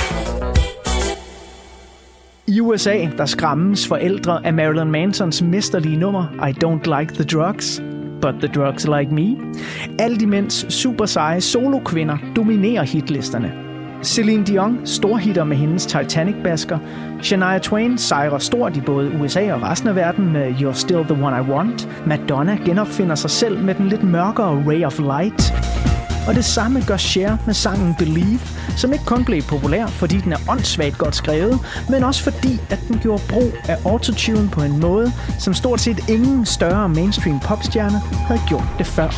I USA, der skræmmes forældre af Marilyn Mansons mesterlige nummer I Don't Like the Drugs, But the Drugs Like Me. Alt imens super seje solokvinder dominerer hitlisterne. Celine Dion storhitter med hendes Titanic-basker. Shania Twain sejrer stort i både USA og resten af verden med You're Still the One I Want. Madonna genopfinder sig selv med den lidt mørkere Ray of Light. Og det samme gør Cher med sangen Believe, som ikke kun blev populær, fordi den er åndssvagt godt skrevet, men også fordi, at den gjorde brug af autotune på en måde, som stort set ingen større mainstream popstjerne havde gjort det før.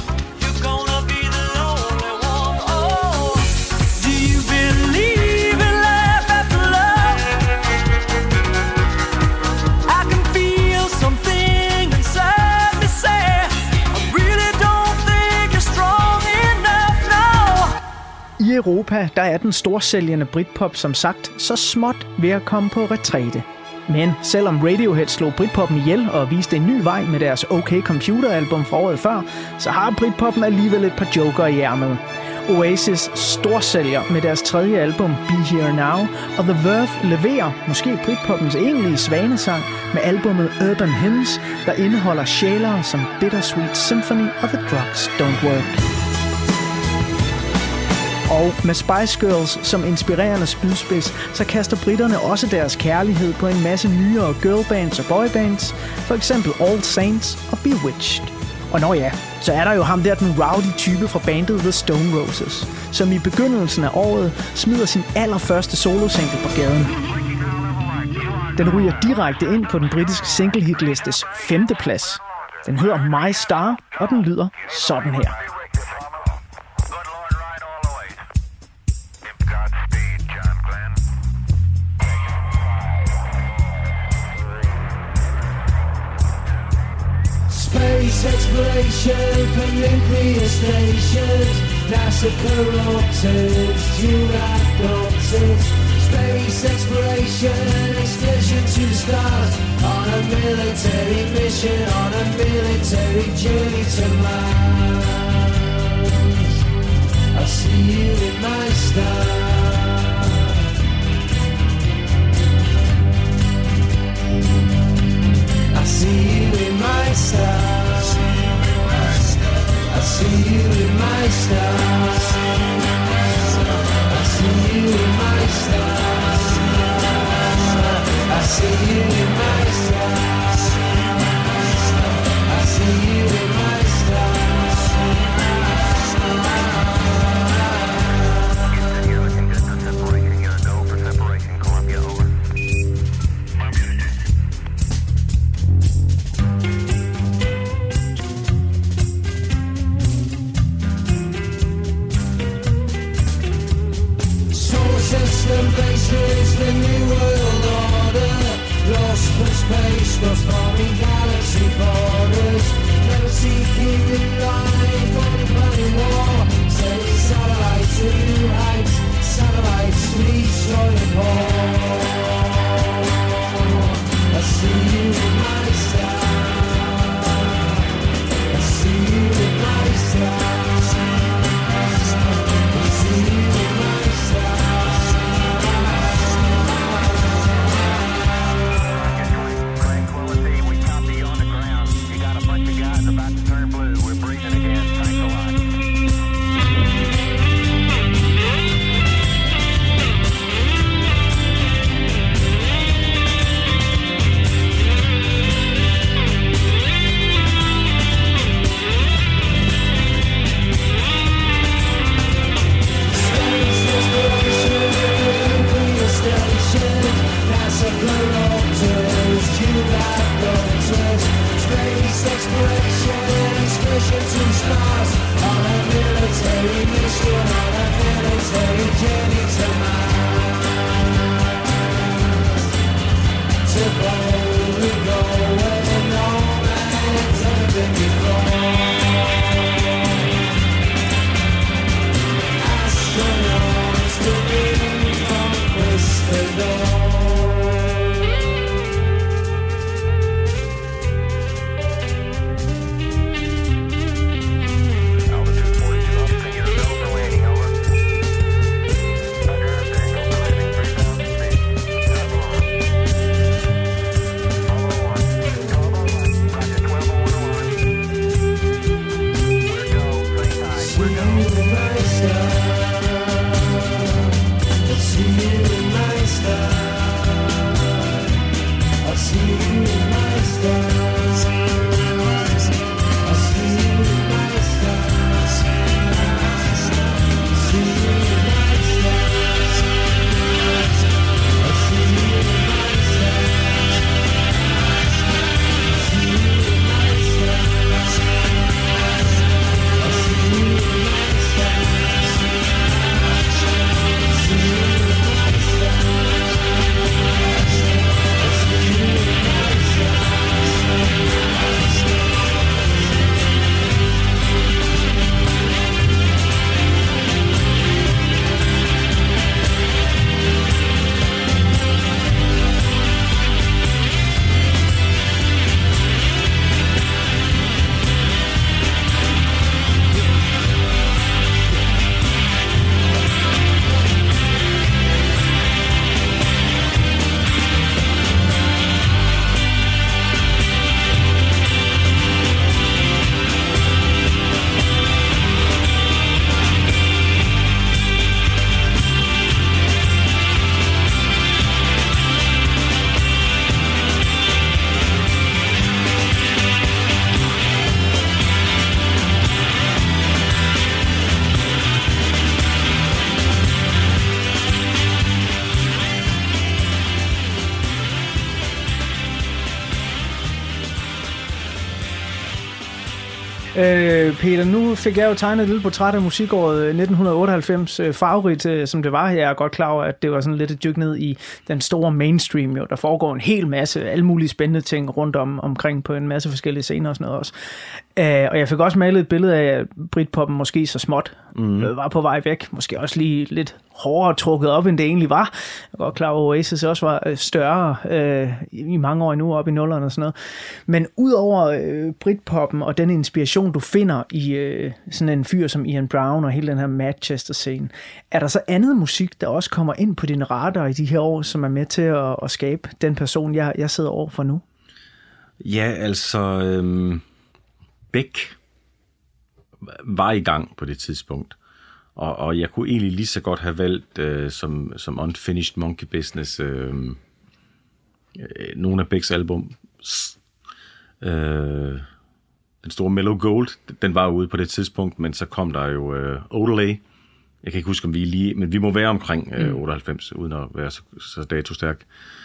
I Europa, der er den storsælgende Britpop som sagt så småt ved at komme på retræte. Men selvom Radiohead slog Britpoppen ihjel og viste en ny vej med deres OK Computer-album fra året før, så har Britpoppen alligevel et par joker i ærmet. Oasis storsælger med deres tredje album Be Here Now, og The Verve leverer måske Britpoppens egentlige svanesang med albumet Urban Hymns, der indeholder sjælere som Bittersweet Symphony og The Drugs Don't Work. Og med Spice Girls som inspirerende spydspids, så kaster britterne også deres kærlighed på en masse nyere girlbands og boybands, for eksempel All Saints og Bewitched. Og når ja, så er der jo ham der, den rowdy type fra bandet The Stone Roses, som i begyndelsen af året smider sin allerførste solosingle på gaden. Den ryger direkte ind på den britiske singlehitlistes 5. plads. Den hedder My Star, og den lyder sådan her. Space exploration from nuclear stations, NASA corrupted, Duracopters. Space exploration, excursion to the stars, on a military mission, on a military journey to Mars. I see you in my star. I see you in my star. I see you in my star. I see you in my star. I see you in my star. I see you in my star. Police Mars on a military mission, on a military journey to Mars. To boldly go where no man has ever been before. Astronauts to bring conquest the dawn. Peter, nu fik jeg jo tegnet et lille portræt af musikåret 1998. Farverigt, som det var. Jeg er godt klar over, at det var sådan lidt et dyk ned i den store mainstream. Jo. Der foregår en hel masse, alle mulige spændende ting rundt omkring på en masse forskellige scener og sådan noget også. Og jeg fik også malet et billede af, at Britpoppen måske så småt var på vej væk. Måske også lige lidt hårdere trukket op, end det egentlig var. Jeg er godt klar over, at Oasis også var større i mange år endnu, op i nullerne og sådan noget. Men udover Britpoppen og den inspiration, du finder i sådan en fyr som Ian Brown og hele den her Manchester-scene, er der så andet musik, der også kommer ind på din radar i de her år, som er med til at skabe den person, jeg sidder over for nu? Ja, altså Beck var i gang på det tidspunkt. Og jeg kunne egentlig lige så godt have valgt som Unfinished Monkey Business nogle af Becks album. Den store Mellow Gold, den var ude på det tidspunkt, men så kom der jo Odelay. Jeg kan ikke huske, om vi lige, men vi må være omkring 98, uden at være så datostærk.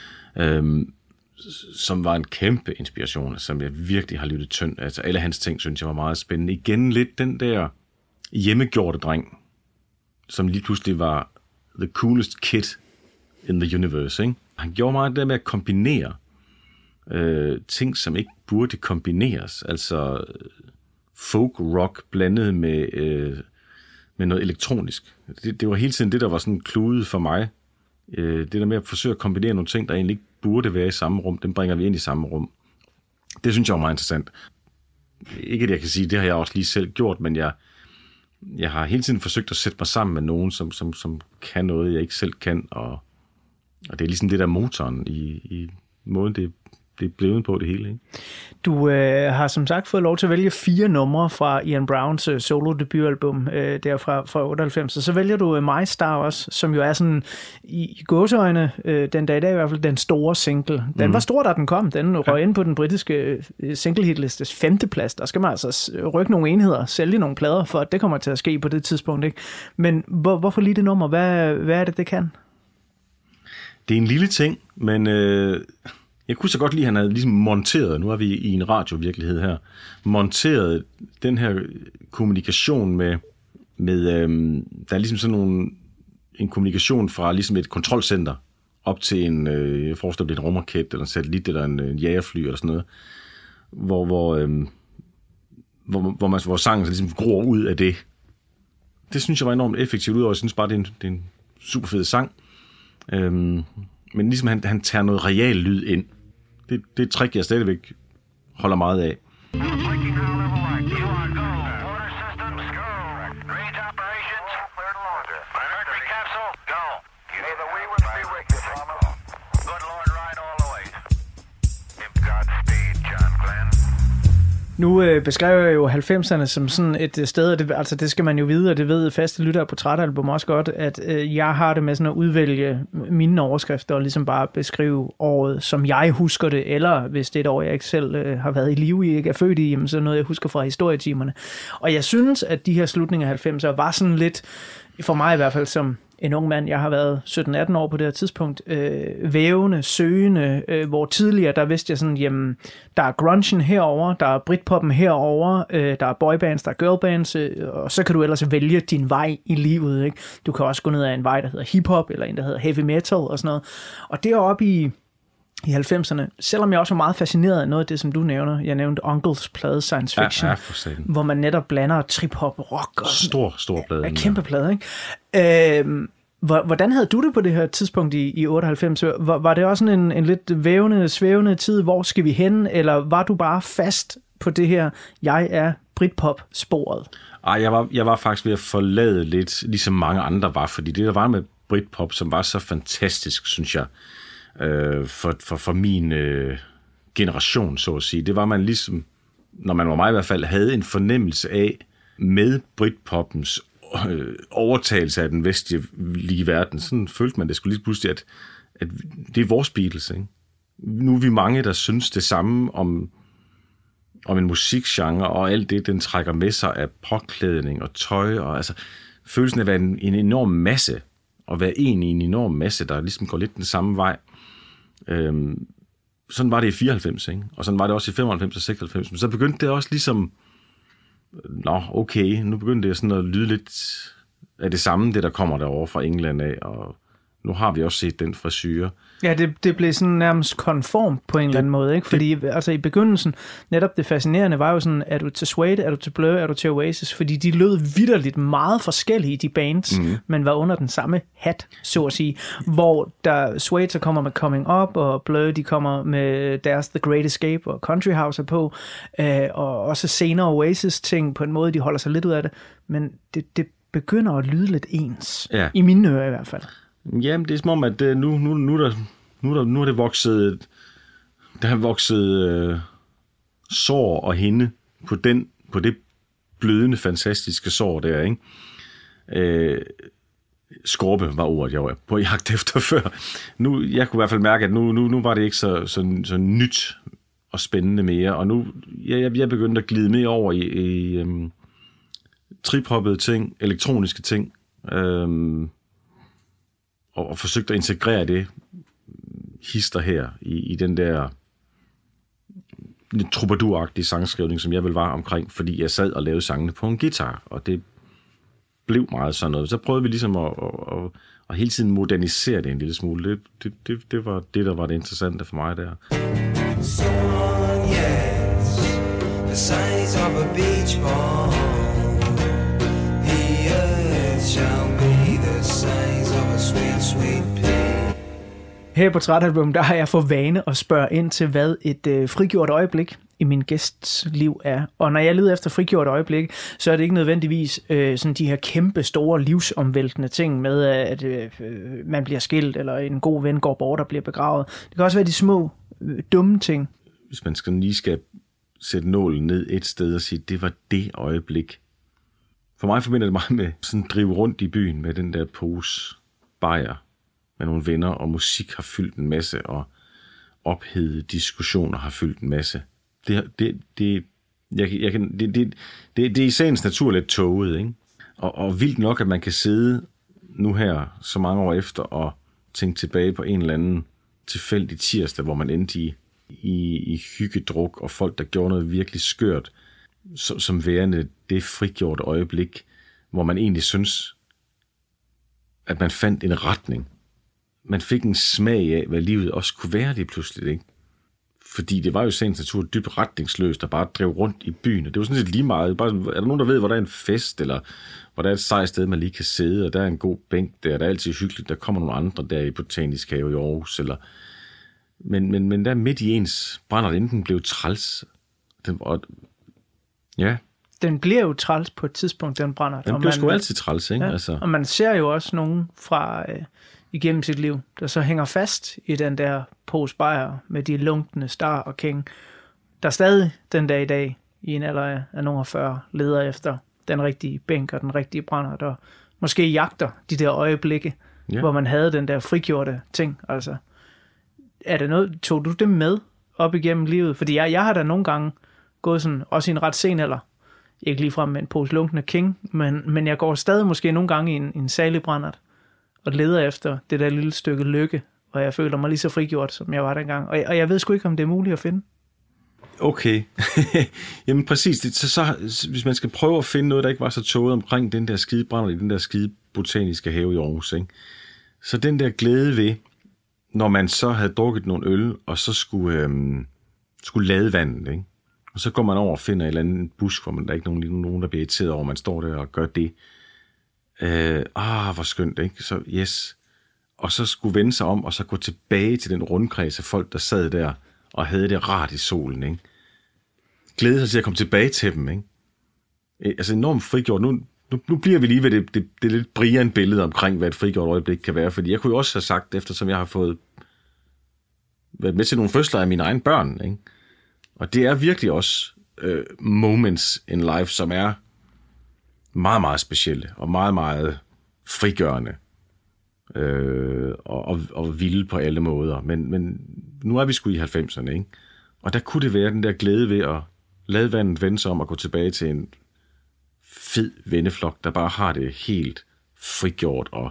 Som var en kæmpe inspiration, som jeg virkelig har lyttet tyndt. Altså alle hans ting, synes jeg var meget spændende. Igen lidt den der hjemmegjorte dreng, som lige pludselig var the coolest kid in the universe, ikke? Han gjorde meget det med at kombinere ting, som ikke burde kombineres. Altså folk rock blandet med noget elektronisk. Det var hele tiden det, der var sådan kludet for mig. Det der med at forsøge at kombinere nogle ting, der egentlig ikke burde være i samme rum, dem bringer vi ind i samme rum. Det synes jeg var meget interessant. Ikke at jeg kan sige, det har jeg også lige selv gjort, men jeg har hele tiden forsøgt at sætte mig sammen med nogen, som kan noget, jeg ikke selv kan, og det er ligesom det der motoren i måden, det er blevet på det hele, ikke? Du har som sagt fået lov til at vælge 4 numre fra Ian Browns solo-debutalbum der fra 98, og så vælger du My Star også, som jo er sådan i gåseøjne, den dag i dag i hvert fald, den store single. Den var stor, da den kom. Den røg ind på den britiske single-hitlistes 5. plads. Der skal man altså rykke nogle enheder, sælge nogle plader, for at det kommer til at ske på det tidspunkt, ikke? Men hvorfor lige det nummer? Hvad er det kan? Det er en lille ting, men Jeg kunne så godt lide, at han havde ligesom monteret, nu er vi i en radiovirkelighed her, monteret den her kommunikation med der er ligesom sådan en kommunikation fra ligesom et kontrolcenter op til en, jeg forestiller det er en rumraket, eller en satellit, eller en jagerfly, eller sådan noget, hvor sangen ligesom gror ud af det. Det synes jeg var enormt effektivt, udover jeg synes bare, det er en super fed sang. Men ligesom han tager noget real lyd ind. Det er et trick, jeg stadigvæk holder meget af. Nu beskrev jeg jo 90'erne som sådan et sted, og det skal man jo vide, og det ved faste lyttere på Trætalbum også godt, at jeg har det med sådan at udvælge mine overskrifter og ligesom bare beskrive året, som jeg husker det, eller hvis det er et år, jeg ikke selv har været i live i, ikke er født i, så noget, jeg husker fra historietimerne. Og jeg synes, at de her slutninger af 90'erne var sådan lidt, for mig i hvert fald som en ung mand, jeg har været 17-18 år på det her tidspunkt, vævende, søgende, hvor tidligere, der vidste jeg sådan, jamen, der er grungen herover, der er britpoppen herover, der er boybands, der er girlbands, og så kan du ellers vælge din vej i livet, ikke? Du kan også gå ned ad en vej, der hedder hiphop, eller en, der hedder heavy metal, og sådan noget. Og deroppe i 90'erne, selvom jeg også var meget fascineret af noget af det, som du nævner. Jeg nævnte Uncles plade Science Fiction, hvor man netop blander trip-hop, rock og... Stor plade. Kæmpe plade, ikke? Hvordan havde du det på det her tidspunkt i 98? Var det også en lidt vævende, svævende tid? Hvor skal vi hen? Eller var du bare fast på det her, jeg er Britpop-sporet? Jeg var faktisk ved at forlade lidt, ligesom mange andre var, fordi det der var med Britpop, som var så fantastisk, synes jeg, for min generation, så at sige. Det var man ligesom, når man var mig i hvert fald, havde en fornemmelse af, med Britpoppens overtagelse af den vestlige verden, sådan følte man det skulle lige pludselig, at det er vores Beatles, ikke? Nu er vi mange, der synes det samme om en musikgenre, og alt det, den trækker med sig af påklædning og tøj, og altså følelsen af at være en enorm masse, og være en i en enorm masse, der ligesom går lidt den samme vej. Sådan var det i 94, ikke? Og sådan var det også i 95 og 96, men så begyndte det også ligesom, okay, nu begyndte det sådan at lyde lidt af det samme, det der kommer derovre fra England af, og nu har vi også set den frisyre. Ja, det blev sådan nærmest konformt på en eller anden måde, ikke? Fordi altså i begyndelsen, netop det fascinerende var jo sådan, er du til Suede, er du til Blur, er du til Oasis? Fordi de lød vitterligt meget forskellige, de bands, men var under den samme hat, så at sige. Hvor der Suede så kommer med Coming Up, og Blur, de kommer med deres The Great Escape, og Country House er på, og også senere Oasis-ting på en måde, de holder sig lidt ud af det. Men det begynder at lyde lidt ens, i mine ører i hvert fald. Jamen, det er som om, at nu er det vokset, der har vokset sår og hinde på det blødende, fantastiske sår der, ikke? Skorpe var ordet, jeg var på jagt efter før. Jeg kunne i hvert fald mærke, at nu var det ikke så nyt og spændende mere, og nu jeg begyndte at glide mere over i trip-hoppede ting, elektroniske ting, og forsøgte at integrere det hister her i den der lidt troubadour-agtige sangskrivning, som jeg vel var omkring, fordi jeg sad og lavede sangene på en guitar, og det blev meget sådan noget. Så prøvede vi ligesom at hele tiden modernisere det en lille smule. Det var det, der var det interessante for mig der. So yes, the signs of a beach ball. Here shall be the signs of a sweet, sweet pea. Her på Trætalbum, der har jeg for vane at spørge ind til, hvad et frigjort øjeblik i min gæsts liv er. Og når jeg leder efter frigjort øjeblik, så er det ikke nødvendigvis sådan de her kæmpe store livsomvæltende ting med, at man bliver skilt, eller en god ven går bort og bliver begravet. Det kan også være de små, dumme ting. Hvis man lige skal sætte nålen ned et sted og sige, det var det øjeblik. For mig forbinder det meget med sådan at drive rundt i byen med den der pose bajer med nogle venner, og musik har fyldt en masse, og ophedede diskussioner har fyldt en masse. Det er i sagens natur lidt tåget, ikke? Og vildt nok, at man kan sidde nu her så mange år efter og tænke tilbage på en eller anden tilfældig tirsdag, hvor man endte i hyggedruk, og folk, der gjorde noget virkelig skørt, som værende det frigjorte øjeblik, hvor man egentlig synes, at man fandt en retning. Man fik en smag af, hvad livet også kunne være lige pludselig, ikke? Fordi det var jo sagens natur dybt retningsløst, der bare drev rundt i byen. Og det var sådan set lige meget. Bare, er der nogen, der ved, hvor der er en fest, eller hvor der er et sejt sted, man lige kan sidde, og der er en god bænk der er altid hyggeligt, der kommer nogle andre der i Botanisk Have i Aarhus, eller... Men der midt i ens brænder, inden den blev træls. Den bliver jo træls på et tidspunkt, den brænder. Den bliver sgu altid træls, ikke? Ja, altså. Og man ser jo også nogen fra igennem sit liv, der så hænger fast i den der pose bajer med de lunkne Star og King, der stadig den dag i dag, i en alder af nogle 40, leder efter den rigtige bænk og den rigtige brænder, der måske jagter de der øjeblikke, hvor man havde den der frigjorte ting. Altså, er det noget, tog du det med op igennem livet? Fordi jeg har da nogle gange gået sådan, også i en ret sen alder, ikke ligefrem med en pose lunkne King, men jeg går stadig måske nogle gange i en salig brændert, og leder efter det der lille stykke lykke, og jeg føler mig lige så frigjort, som jeg var dengang. Og jeg ved sgu ikke, om det er muligt at finde. Okay. Jamen præcis. Så hvis man skal prøve at finde noget, der ikke var så tåget omkring den der skide brænder i den der skide Botaniske Have i Aarhus, ikke? Så den der glæde ved, når man så havde drukket nogle øl, og så skulle lade vandet, ikke? Og så går man over og finder en eller anden busk, hvor der er ikke nogen, der bliver irriteret over, man står der og gør det. Hvor skønt, ikke? Så yes. Og så skulle vende sig om, og så gå tilbage til den rundkreds af folk, der sad der og havde det rart i solen, ikke? Glæde sig til at komme tilbage til dem, ikke? Altså enormt frigjort. Nu bliver vi lige ved det lidt Brian billede omkring, hvad et frigjort øjeblik kan være, fordi jeg kunne jo også have sagt, eftersom jeg har været med til nogle fødsler af mine egne børn, ikke? Og det er virkelig også moments in life, som er meget, meget specielle og meget, meget frigørende og vilde på alle måder. Men nu er vi sgu i 90'erne, ikke? Og der kunne det være den der glæde ved at lade vandet vende sig om og gå tilbage til en fed venneflok, der bare har det helt frigjort og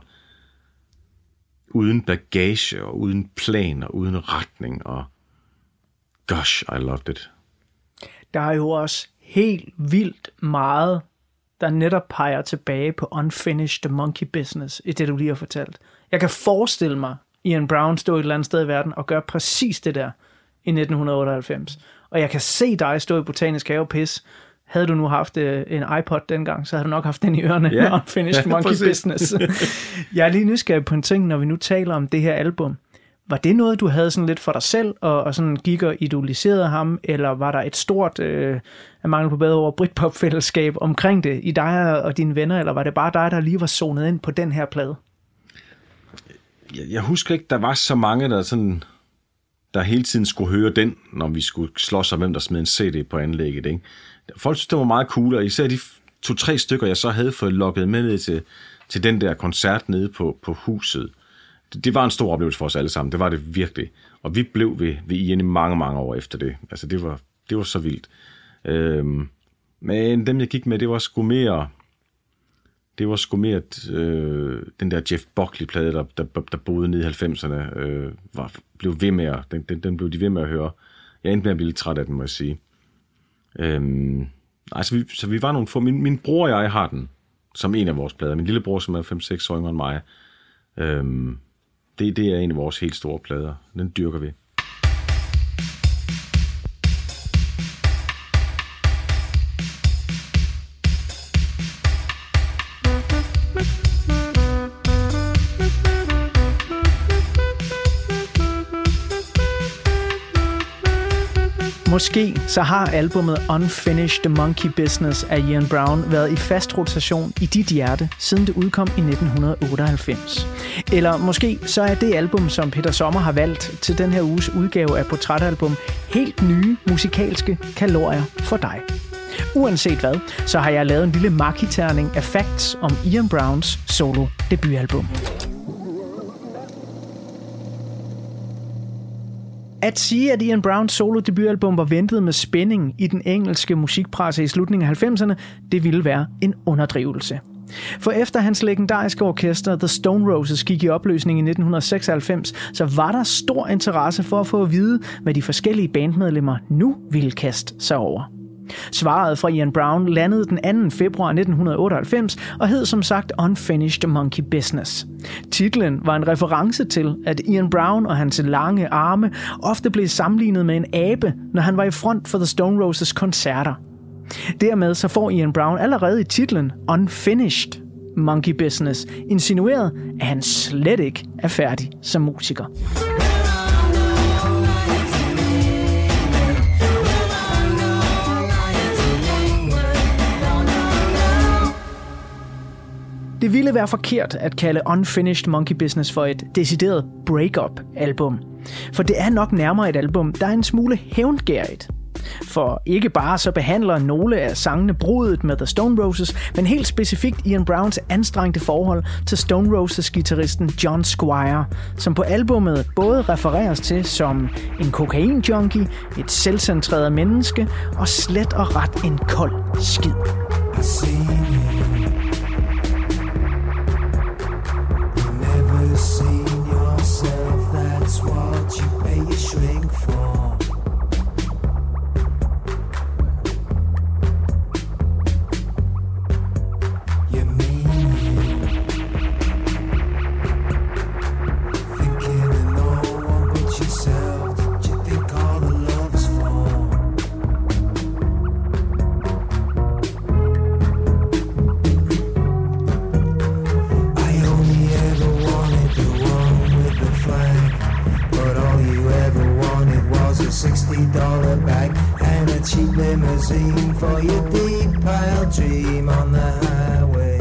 uden bagage og uden plan og uden retning og gosh, I loved it. Der er jo også helt vildt meget, der netop peger tilbage på Unfinished Monkey Business, i det du lige har fortalt. Jeg kan forestille mig, Ian Brown stå et eller andet sted i verden og gøre præcis det der i 1998. Og jeg kan se dig stå i Botanisk Have og pisse. Havde du nu haft en iPod dengang, så havde du nok haft den i ørerne med Unfinished Monkey Business. Jeg er lige nysgerrig på en ting, når vi nu taler om det her album. Var det noget, du havde sådan lidt for dig selv, og sådan gik og idoliserede ham, eller var der et stort, af mangel på bedre ord, Britpop-fællesskab omkring det, i dig og dine venner, eller var det bare dig, der lige var zonet ind på den her plade? Jeg husker ikke, der var så mange, der hele tiden skulle høre den, når vi skulle slås om, hvem der smed en CD på anlægget, ikke? Folk synes, det var meget cool, og især de 2-3 stykker, jeg så havde fået logget med ned til den der koncert nede på huset. Det var en stor oplevelse for os alle sammen. Det var det virkelig. Og vi blev ved Ian i mange, mange år efter det. Altså, det var så vildt. Men dem, jeg gik med, det var sgu mere den der Jeff Buckley-plade, der boede nede i 90'erne, blev ved med den blev de ved med at høre. Jeg endte med at blive lidt træt af den, må jeg sige. Så vi var nogle få. Min bror og jeg har den som en af vores plader. Min lillebror, som er 5-6 år yngre end mig, det er en af vores helt store plader. Den dyrker vi. Måske så har albumet Unfinished Monkey Business af Ian Brown været i fast rotation i dit hjerte, siden det udkom i 1998. Eller måske så er det album, som Peter Sommer har valgt til den her uges udgave af Portrætalbum, helt nye musikalske kalorier for dig. Uanset hvad, så har jeg lavet en lille markiterning af facts om Ian Browns solo debutalbum. At sige, at Ian Browns solo debutalbum var ventet med spænding i den engelske musikpresse i slutningen af 90'erne, det ville være en underdrivelse. For efter hans legendariske orkester The Stone Roses gik i opløsning i 1996, så var der stor interesse for at få at vide, hvad de forskellige bandmedlemmer nu ville kaste sig over. Svaret fra Ian Brown landede den 2. februar 1998 og hed som sagt Unfinished Monkey Business. Titlen var en reference til, at Ian Brown og hans lange arme ofte blev sammenlignet med en abe, når han var i front for The Stone Roses koncerter. Dermed så får Ian Brown allerede i titlen Unfinished Monkey Business insinueret, at han slet ikke er færdig som musiker. Det ville være forkert at kalde Unfinished Monkey Business for et decideret break-up-album. For det er nok nærmere et album, der er en smule hævngærigt. For ikke bare så behandler nogle af sangene bruddet med The Stone Roses, men helt specifikt Ian Browns anstrengte forhold til Stone Roses-gitarristen John Squire, som på albummet både refereres til som en kokain-junkie, et selvcentreret menneske og slet og ret en kold skid. Seen yourself, that's what you pay your shrink for. You mean it. Thinking of no one but yourself. What you think all the love's for? I only ever wanted the one with the flag, but all you ever wanted was a $60 bag and a cheap limousine for your deep pale dream on the highway.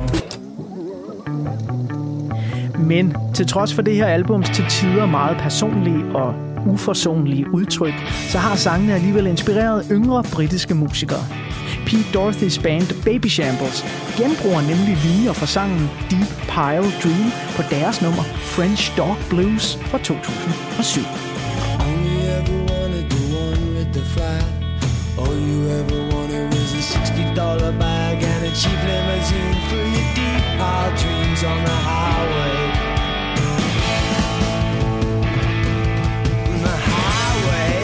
Men til trods for det her albums til tider meget personlige og uforsonlige udtryk, så har sangene alligevel inspireret yngre britiske musikere. Pete Dohertys band Baby Shambles genbruger nemlig linjer fra sangen Deep Pile Dream på deres nummer French Dog Blues fra 2007. Only ever wanted the one with the flag. All you ever wanted was a $60 bag and a cheap limousine for your deep pile dreams on the highway. The highway.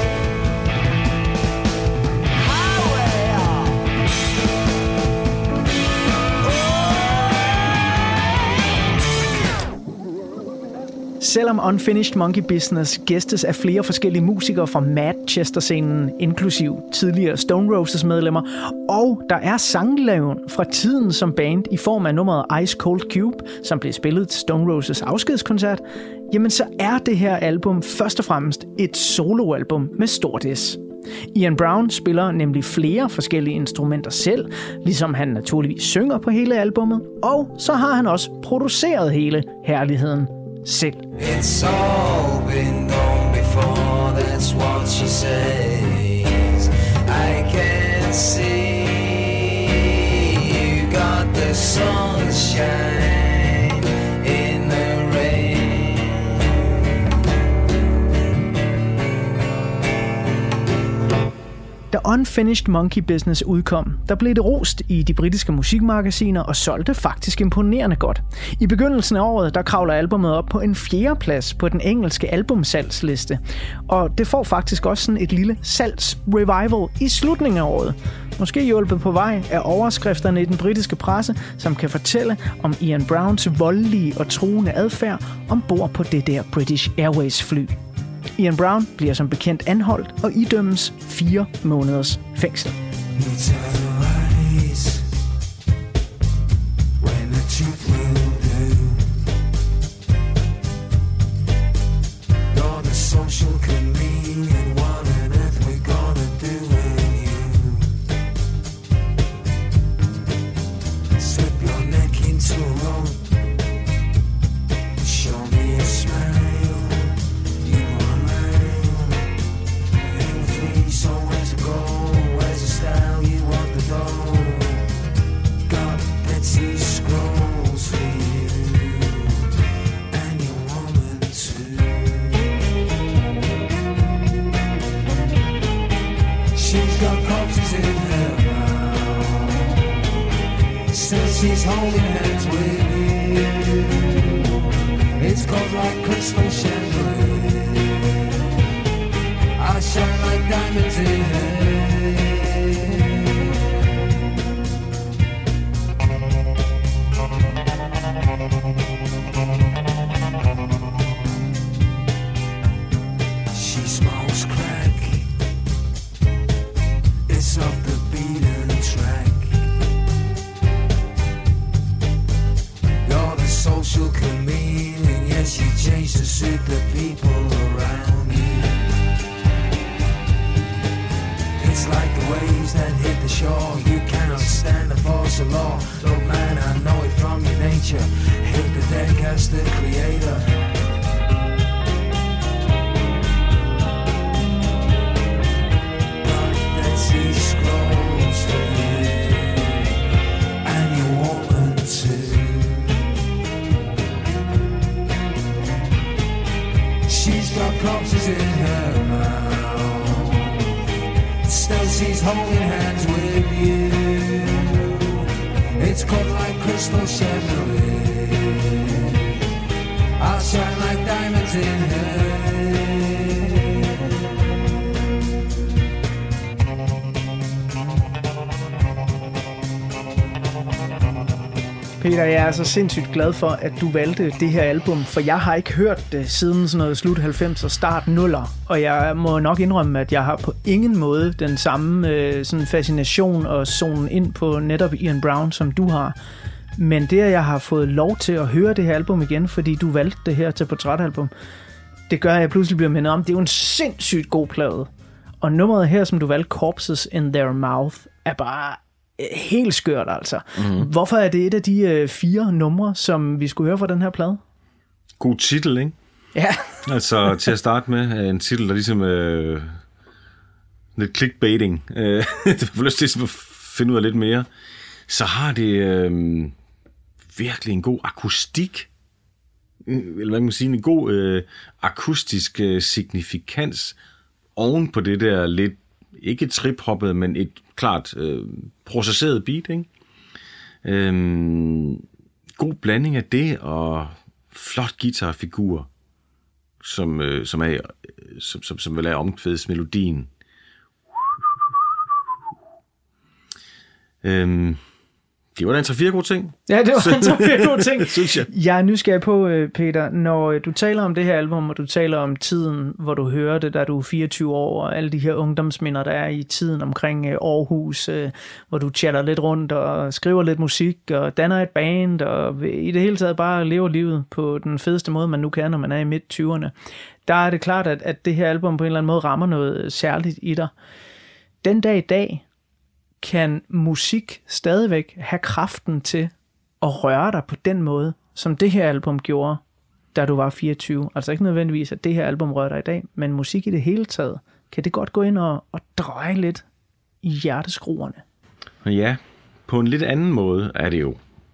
Selvom Unfinished Monkey Business gæstes af flere forskellige musikere fra Manchester-scenen, inklusiv tidligere Stone Roses medlemmer, og der er sanglaven fra tiden som band i form af nummeret Ice Cold Cube, som blev spillet til Stone Roses afskedskoncert, jamen så er det her album først og fremmest et soloalbum med stort S. Ian Brown spiller nemlig flere forskellige instrumenter selv, ligesom han naturligvis synger på hele albummet, og så har han også produceret hele herligheden selv. It's all been done before, that's what she says. I can see you got the sunshine in the rain. Da Unfinished Monkey Business udkom, der blev det rost i de britiske musikmagasiner og solgte faktisk imponerende godt. I begyndelsen af året, der kravler albumet op på en 4. plads på den engelske albumsalgsliste. Og det får faktisk også sådan et lille salgsrevival i slutningen af året. Måske hjulpet på vej af overskrifterne i den britiske presse, som kan fortælle om Ian Browns voldelige og truende adfærd ombord på det der British Airways fly. Ian Brown bliver som bekendt anholdt og idømmes 4 måneders fængsel. still she's holding hands with you. It's cold like crystal chandelier. I shine like diamonds in her. She smokes crack. It's off the beaten track. You're the social chameleon. Yes, you change to suit the people around you. It's like the waves that hit the shore. You cannot stand the force of law. Look, man, I know it from your nature. Hit the deck as the creator. But then she scrolls for you, and your woman too. She's got corpses in her mouth. Still she's holding hands with you. It's cold like crystal chandelier. I'll shine like diamonds in her. Peter, jeg er så sindssygt glad for, at du valgte det her album, for jeg har ikke hørt det siden sådan noget slut 90'er, start 0'er, og jeg må nok indrømme, at jeg har på ingen måde den samme sådan fascination og zonen ind på netop Ian Brown, som du har. Men det, at jeg har fået lov til at høre det her album igen, fordi du valgte det her til portrætalbum, det gør, at jeg pludselig bliver mindet om, det er jo en sindssygt god plade. Og nummeret her, som du valgte, Corpses in Their Mouth, er bare helt skørt, altså. Mm-hmm. Hvorfor er det et af de 4 numre, som vi skulle høre fra den her plade? God titel, ikke? Ja. Altså, til at starte med, en titel, der ligesom lidt clickbaiting. Det får lyst til at finde ud af lidt mere. Så har det virkelig en god akustik, eller hvad man kan sige, en god akustisk signifikans oven på det der lidt, ikke trip-hoppet, men et klart processeret beat, ikke? God blanding af det og flot guitarfigur, som vel er omkvædsmelodien. Det var da en 3-4 gode ting. Ja, det var en 3-4 gode ting. Synes jeg. Jeg er nysgerrig på, Peter, når du taler om det her album, og du taler om tiden, hvor du hører det, da du er 24 år, og alle de her ungdomsminder, der er i tiden omkring Aarhus, hvor du chatter lidt rundt og skriver lidt musik og danner et band, og i det hele taget bare lever livet på den fedeste måde, man nu kan, når man er i midt-20'erne. Der er det klart, at det her album på en eller anden måde rammer noget særligt i dig. Den dag i dag, kan musik stadigvæk have kraften til at røre dig på den måde, som det her album gjorde, da du var 24? Altså ikke nødvendigvis, at det her album rører dig i dag, men musik i det hele taget, kan det godt gå ind og dreje lidt i hjerteskruerne? Ja, på en lidt anden måde er det jo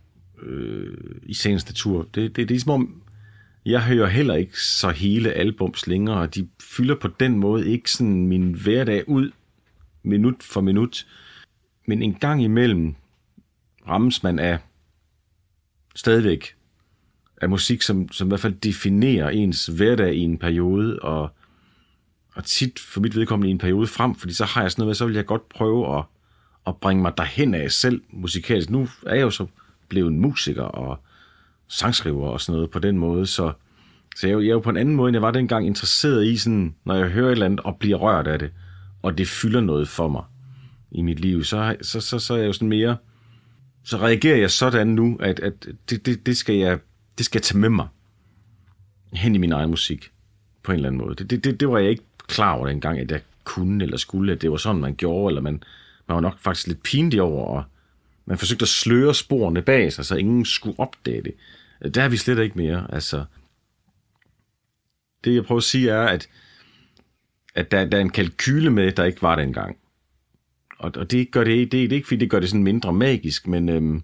i sagens natur. Det er ligesom om, jeg hører heller ikke så hele albums længere, og de fylder på den måde ikke sådan min hverdag ud, minut for minut. Men en gang imellem rammes man af stadigvæk af musik, som i hvert fald definerer ens hverdag i en periode, og tit for mit vedkommende i en periode frem, fordi så har jeg sådan noget med, så vil jeg godt prøve at bringe mig derhen af selv musikalsk. Nu er jeg jo så blevet en musiker og sangskriver og sådan noget på den måde, så jeg er jo på en anden måde, end jeg var dengang interesseret i, sådan, når jeg hører et eller andet og bliver rørt af det, og det fylder noget for mig i mit liv, så er jeg jo sådan mere, så reagerer jeg sådan nu, at det skal jeg tage med mig hen i min egen musik, på en eller anden måde. Det var jeg ikke klar over dengang, at jeg kunne eller skulle, at det var sådan, man gjorde, eller man var nok faktisk lidt pinlig over, og man forsøgte at sløre sporene bag sig, så ingen skulle opdage det. Der er vi slet ikke mere. Altså, det jeg prøver at sige er, at der er en kalkyle med, der ikke var dengang. Og det gør det er ikke, fordi det gør det sådan mindre magisk, men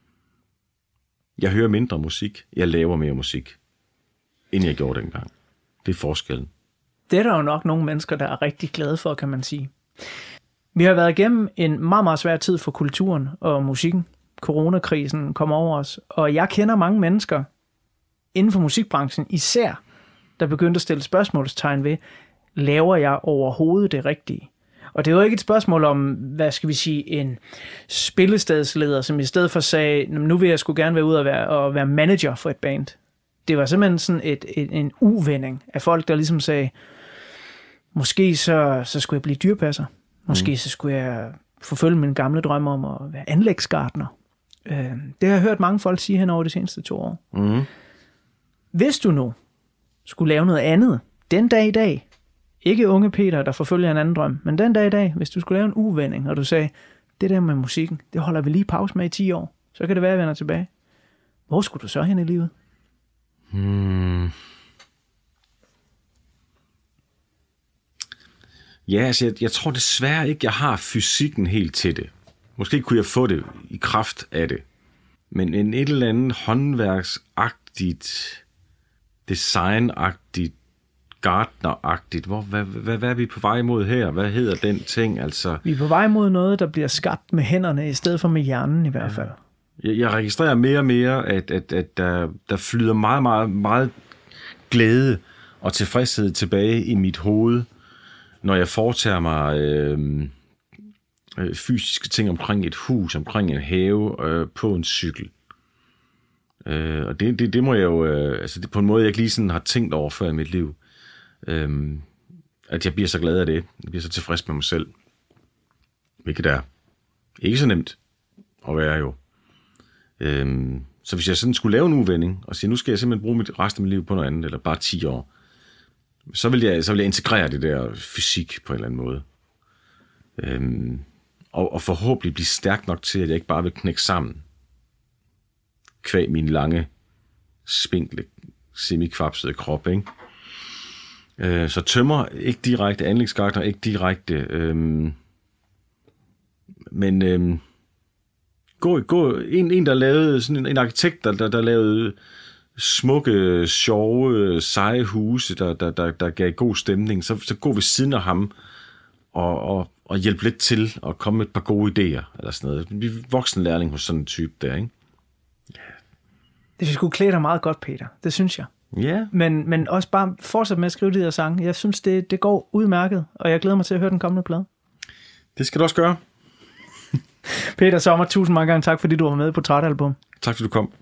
jeg hører mindre musik, jeg laver mere musik, end jeg gjorde dengang. Det er forskellen. Det er der jo nok nogle mennesker, der er rigtig glade for, kan man sige. Vi har været igennem en meget, meget svær tid for kulturen og musikken. coronakrisen kom over os. Og jeg kender mange mennesker inden for musikbranchen især, der begyndte at stille spørgsmålstegn ved, laver jeg overhovedet det rigtige? Og det var ikke et spørgsmål om, hvad skal vi sige, en spillestedsleder, som i stedet for sagde, nu vil jeg sgu gerne være ude og være manager for et band. Det var simpelthen sådan en uvending af folk, der ligesom sagde, måske så skulle jeg blive dyrepasser. Måske så skulle jeg forfølge min gamle drøm om at være anlægsgartner. Det har jeg hørt mange folk sige hen over de seneste 2 år. Mm. Hvis du nu skulle lave noget andet, den dag i dag, ikke unge Peter, der forfølger en anden drøm, men den dag i dag, hvis du skulle lave en uvending, og du sagde, det der med musikken, det holder vi lige pause med i 10 år, så kan det være, at jeg vender tilbage. Hvor skulle du så hen i livet? Ja, altså jeg tror desværre ikke, jeg har fysikken helt til det. Måske kunne jeg få det i kraft af det. Men en et eller andet håndværksagtigt, designagtigt, gartneragtigt. Hvad er vi på vej imod her? Hvad hedder den ting? Altså, vi er på vej mod noget, der bliver skabt med hænderne, i stedet for med hjernen i hvert fald. Jeg registrerer mere og mere, at der flyder meget, meget, meget glæde og tilfredshed tilbage i mit hoved, når jeg foretager mig fysiske ting omkring et hus, omkring en have, på en cykel. Og det må jeg jo, altså det er på en måde, jeg ikke lige sådan har tænkt over før i mit liv. At jeg bliver så glad af det. Jeg bliver så tilfreds med mig selv. Hvilket er ikke så nemt at være jo. Så hvis jeg sådan skulle lave en uvending, og sige, nu skal jeg simpelthen bruge resten af mit liv på noget andet, eller bare 10 år, så vil jeg integrere det der fysik på en eller anden måde. Og forhåbentlig blive stærk nok til, at jeg ikke bare vil knække sammen. Kvæg min lange, spinkle, semikvapsede krop, ikke? Så tømmer ikke direkte, anlægsgartner ikke direkte, men en der lavede, sådan en arkitekt, der lavede smukke, sjove, seje huse, der gav god stemning, så gå ved siden af ham og hjælpe lidt til at komme med et par gode idéer, eller sådan noget. Blive voksenlærling hos sådan en type der, ikke? Det skulle klæde dig meget godt, Peter. Det synes jeg. Ja. Men også bare fortsæt med at skrive de her sange. Jeg synes, det går udmærket, og jeg glæder mig til at høre den kommende plade. Det skal du også gøre. Peter Sommer, tusind mange gange tak, fordi du var med på Portrætalbum. Tak fordi du kom.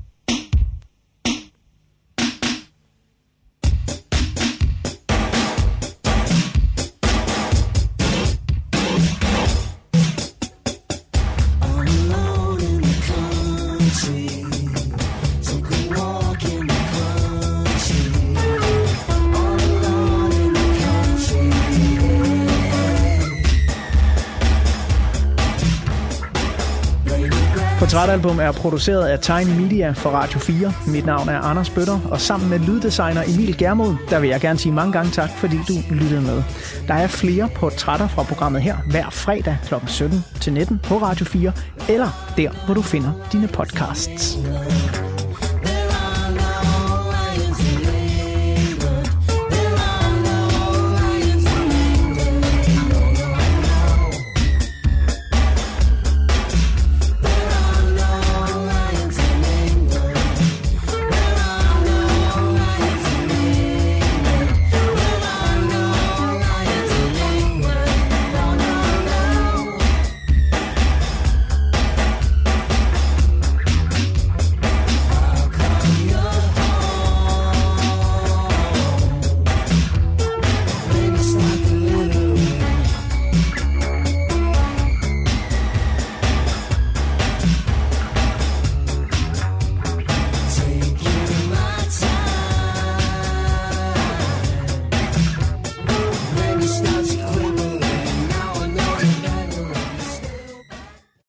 Portrætalbum er produceret af Tiny Media for Radio 4. Mit navn er Anders Bøtter, og sammen med lyddesigner Emil Germod, der vil jeg gerne sige mange gange tak, fordi du lyttede med. Der er flere portrætter fra programmet her hver fredag kl. 17 til 19 på Radio 4, eller der, hvor du finder dine podcasts.